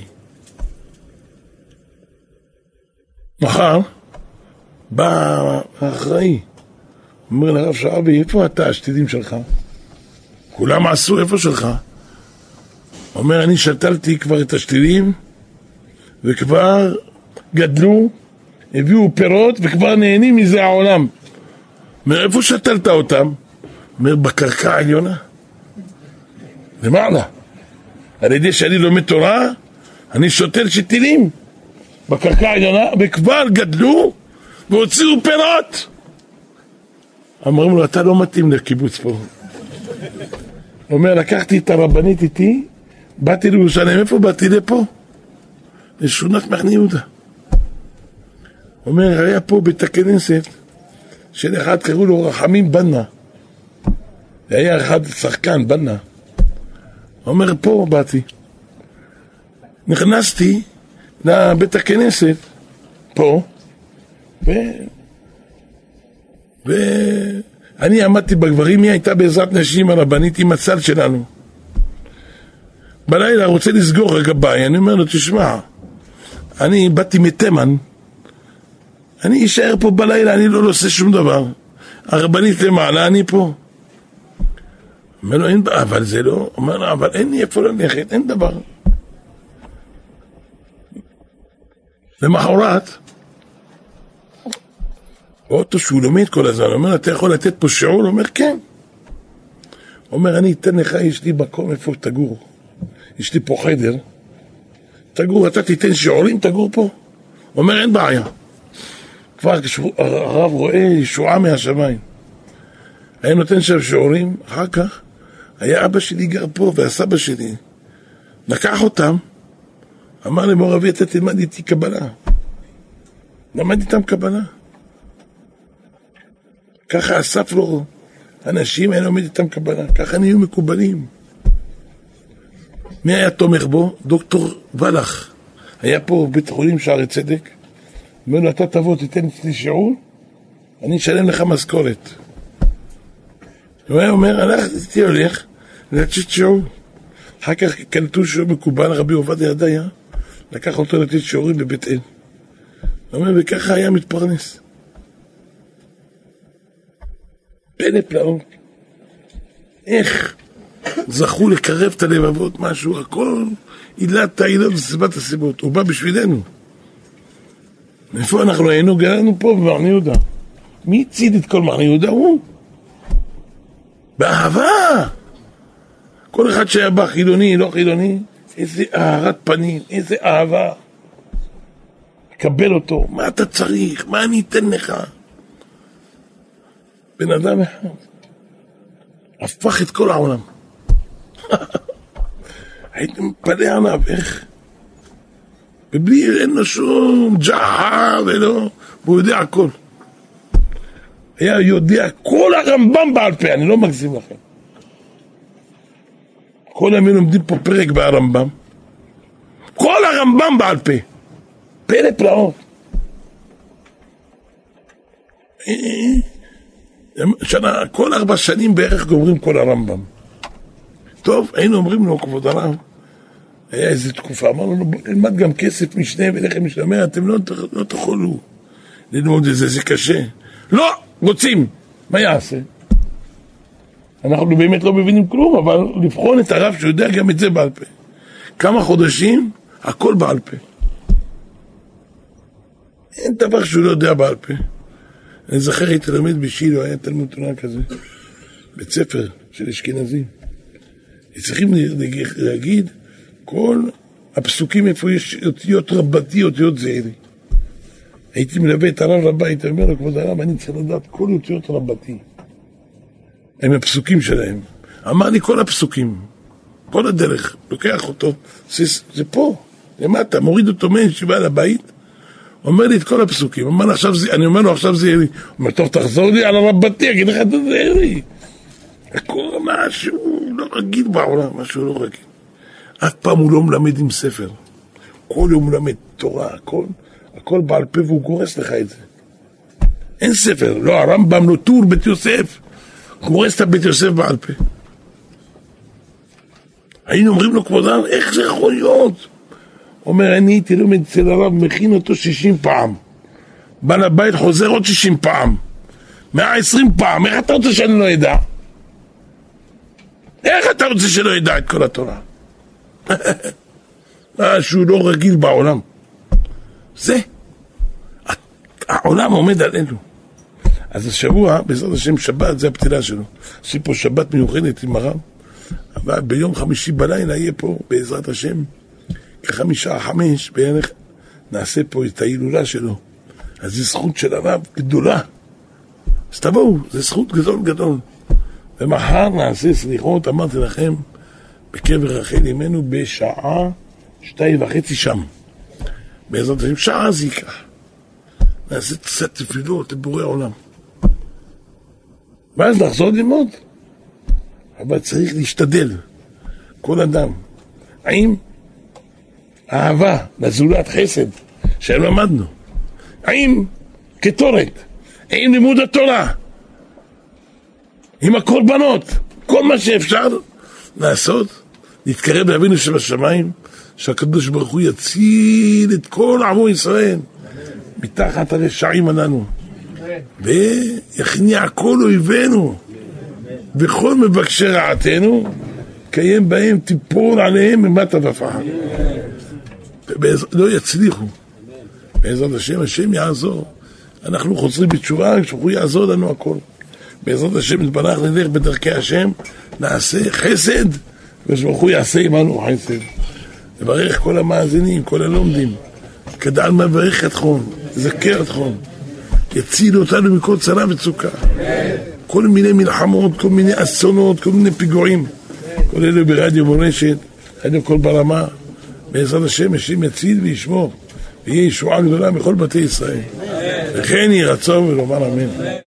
[SPEAKER 1] מחר בא האחראי, אומר לרב שעבי, איפה אתה השתילים שלך? כולם עשו, איפה שלך? אומר, אני שתלתי כבר את השתילים, וכבר גדלו, הביאו פירות, וכבר נהנים מזה העולם. אומר, איפה שתלת אותם? אומר, בקרקע העליונה. למעלה. על ידי שאני לומד תורה, אני שותל שתילים. בקרקע העליונה, וכבר גדלו, והוציאו פירות. אמרים לו, אתה לא מתאים לקיבוץ פה. הוא אומר, לקחתי את הרבנית איתי, באתי לירושלים, איפה באתי לפה? לשכונת מחנה יהודה. הוא אומר, היה פה בית הכנסת, של אחד קראו לו רחמים בנה. היה אחד שחקן, בנה. הוא אומר, פה באתי. נכנסתי לבית הכנסת, פה, ו... ואני עמדתי בגברים, היא הייתה בעזרת נשים הרבנית עם הצל שלנו. בלילה רוצה לסגור הגביי, אני אומר לו, תשמע, אני באתי מתימן, אני אשאר פה בלילה, אני לא עושה שום דבר. הרבנית למעלה, אני פה. אומר לו, אין, אבל זה לא, אומר לו, אבל אין לי איפה ללכת, אין דבר. למחרת, אותו שהוא לומד כל הזמן, אומר, אתה יכול לתת פה שיעור? הוא אומר, כן. הוא אומר, אני אתן לך, יש לי מקום איפה תגור. יש לי פה חדר. תגור, אתה תיתן שיעורים, תגור פה. הוא אומר, אין בעיה. כבר הרב רואה ישועה מהשמיים. היה נותן שם שיעורים, אחר כך, היה אבא שלי גר פה, והסבא שלי. לקח אותם, אמר למור אבי, אתה תלמד איתי קבלה. למד איתם קבלה. ככה אסף לו אנשים, היה לומד איתם קבלה. ככה נהיו מקובלים. מי היה תומך בו? דוקטור ולח. היה פה בית חולים שערי צדק. אומר לו, אתה תבוא, תיתן לי שיעור, אני אשלם לך משכורת. הוא היה אומר, הלכתי הולך, לתת שיעור. אחר כך קלטו שיעור מקובל, רבי עובדיה ידעיה, לקח אותו לתת שיעורים בבית אל. הוא אומר, וככה היה מתפרנס. פלא פלאות. איך זכו לקרב את הלבבות משהו, הכל עילת העילות וסיבת הסיבות. הוא בא בשבילנו. איפה אנחנו היינו? גרנו פה במחנה יהודה. מי הציד את כל מחנה יהודה? הוא. באהבה. כל אחד שהיה בא חילוני, לא חילוני, איזה אהרת פנים, איזה אהבה. קבל אותו. מה אתה צריך? מה אני אתן לך? בן אדם אחד. הפך את כל העולם. הייתם מפלא עליו, איך? ובלי, אין לו שום ג'חה ולא, והוא יודע הכל. היה יודע כל הרמב"ם בעל פה, אני לא מגזים לכם. כל הימים לומדים פה פרק בהרמב"ם. כל הרמב"ם בעל פה. פלא פלאות. שנה, כל ארבע שנים בערך גומרים כל הרמב"ם. טוב, היינו אומרים לו, כבוד הרב, היה איזו תקופה, אמרנו לו, נלמד גם כסף משנה ולחם משנה, אומר, אתם לא, לא תוכלו ללמוד את זה, זה קשה. לא, רוצים, מה יעשה? אנחנו באמת לא מבינים כלום, אבל לבחון את הרב שיודע גם את זה בעל פה. כמה חודשים, הכל בעל פה. אין דבר שהוא לא יודע בעל פה. אני זכר הייתי לומד בשילו, היה תלמוד תורה כזה. בית ספר של אשכנזים. צריכים להגיד כל הפסוקים איפה יש אותיות רבתי, אותיות זעירי. הייתי מלווה את הרב רבה, הייתי אומר לו, כבוד הרב, אני צריך לדעת כל אותיות רבתי. הם הפסוקים שלהם. אמר לי כל הפסוקים, כל הדרך, לוקח אותו, זה, זה פה, למטה, מוריד אותו מישיבה לבית, אומר לי את כל הפסוקים. אומר, עכשיו, אני אומר לו, עכשיו זעירי. הוא אומר, טוב, תחזור לי על הרבתי, אגיד לך את הזעירי. הכל משהו לא רגיל בעולם, משהו לא רגיל. אף פעם הוא לא מלמד עם ספר. כל יום מלמד תורה, הכל, הכל בעל פה והוא גורס לך את זה. אין ספר, לא הרמב"ם, לא טור, בית יוסף. הוא גורס את בית יוסף בעל פה. היינו אומרים לו, כבודם, איך זה יכול להיות? אומר, אני הייתי לומד אצל הרב, מכין אותו שישים פעם. בא לבית, חוזר עוד שישים פעם. מאה ועשרים פעם, איך אתה רוצה שאני לא ידע? איך אתה רוצה שלא ידע את כל התורה? משהו לא רגיל בעולם. זה, העולם עומד עלינו. אז השבוע, בעזרת השם, שבת, זה הפתילה שלו. עושים פה שבת מיוחדת עם הרב, אבל ביום חמישי בלילה יהיה פה, בעזרת השם, כחמישה, חמש בערך, נעשה פה את ההילולה שלו. אז זו זכות של הרב גדולה. אז תבואו, זו זכות גדול גדול. ומחר נעשה סליחות, אמרתי לכם, בקבר רחל אמנו בשעה שתיים וחצי שם. בעזרת השם, שעה זה יקרה. נעשה קצת תפילות לבורא עולם. ואז נחזור ללמוד. אבל צריך להשתדל, כל אדם. האם אהבה לזולת חסד שלמדנו? האם כתורת? האם לימוד התורה? עם הקורבנות, כל מה שאפשר לעשות, להתקרב לאבינו שבשמיים, שהקדוש ברוך הוא יציל את כל עמו ישראל מתחת הרשעים עלינו, ויכניע כל אויבינו וכל מבקשי רעתנו, קיים בהם תיפול עליהם ממטה ופחד, לא יצליחו. בעזרת השם, השם יעזור. אנחנו חוזרים בתשובה, שהוא יעזור לנו הכל. בעזרת השם נתברך, נלך בדרכי השם, נעשה חסד, ושברוך יעשה עמנו חסד. לברך כל המאזינים, כל הלומדים, כדאל מברך אתכם, זכר אתכם, יציל אותנו מכל צרה וצוקה. כל מיני מלחמות, כל מיני אסונות, כל מיני פיגועים, כל אלו ברדיו מורשת, רדיו כל ברמה. בעזרת השם, השם יציל וישמור, ויהיה ישועה גדולה מכל בתי ישראל. וכן יהי רצון ולומר אמן.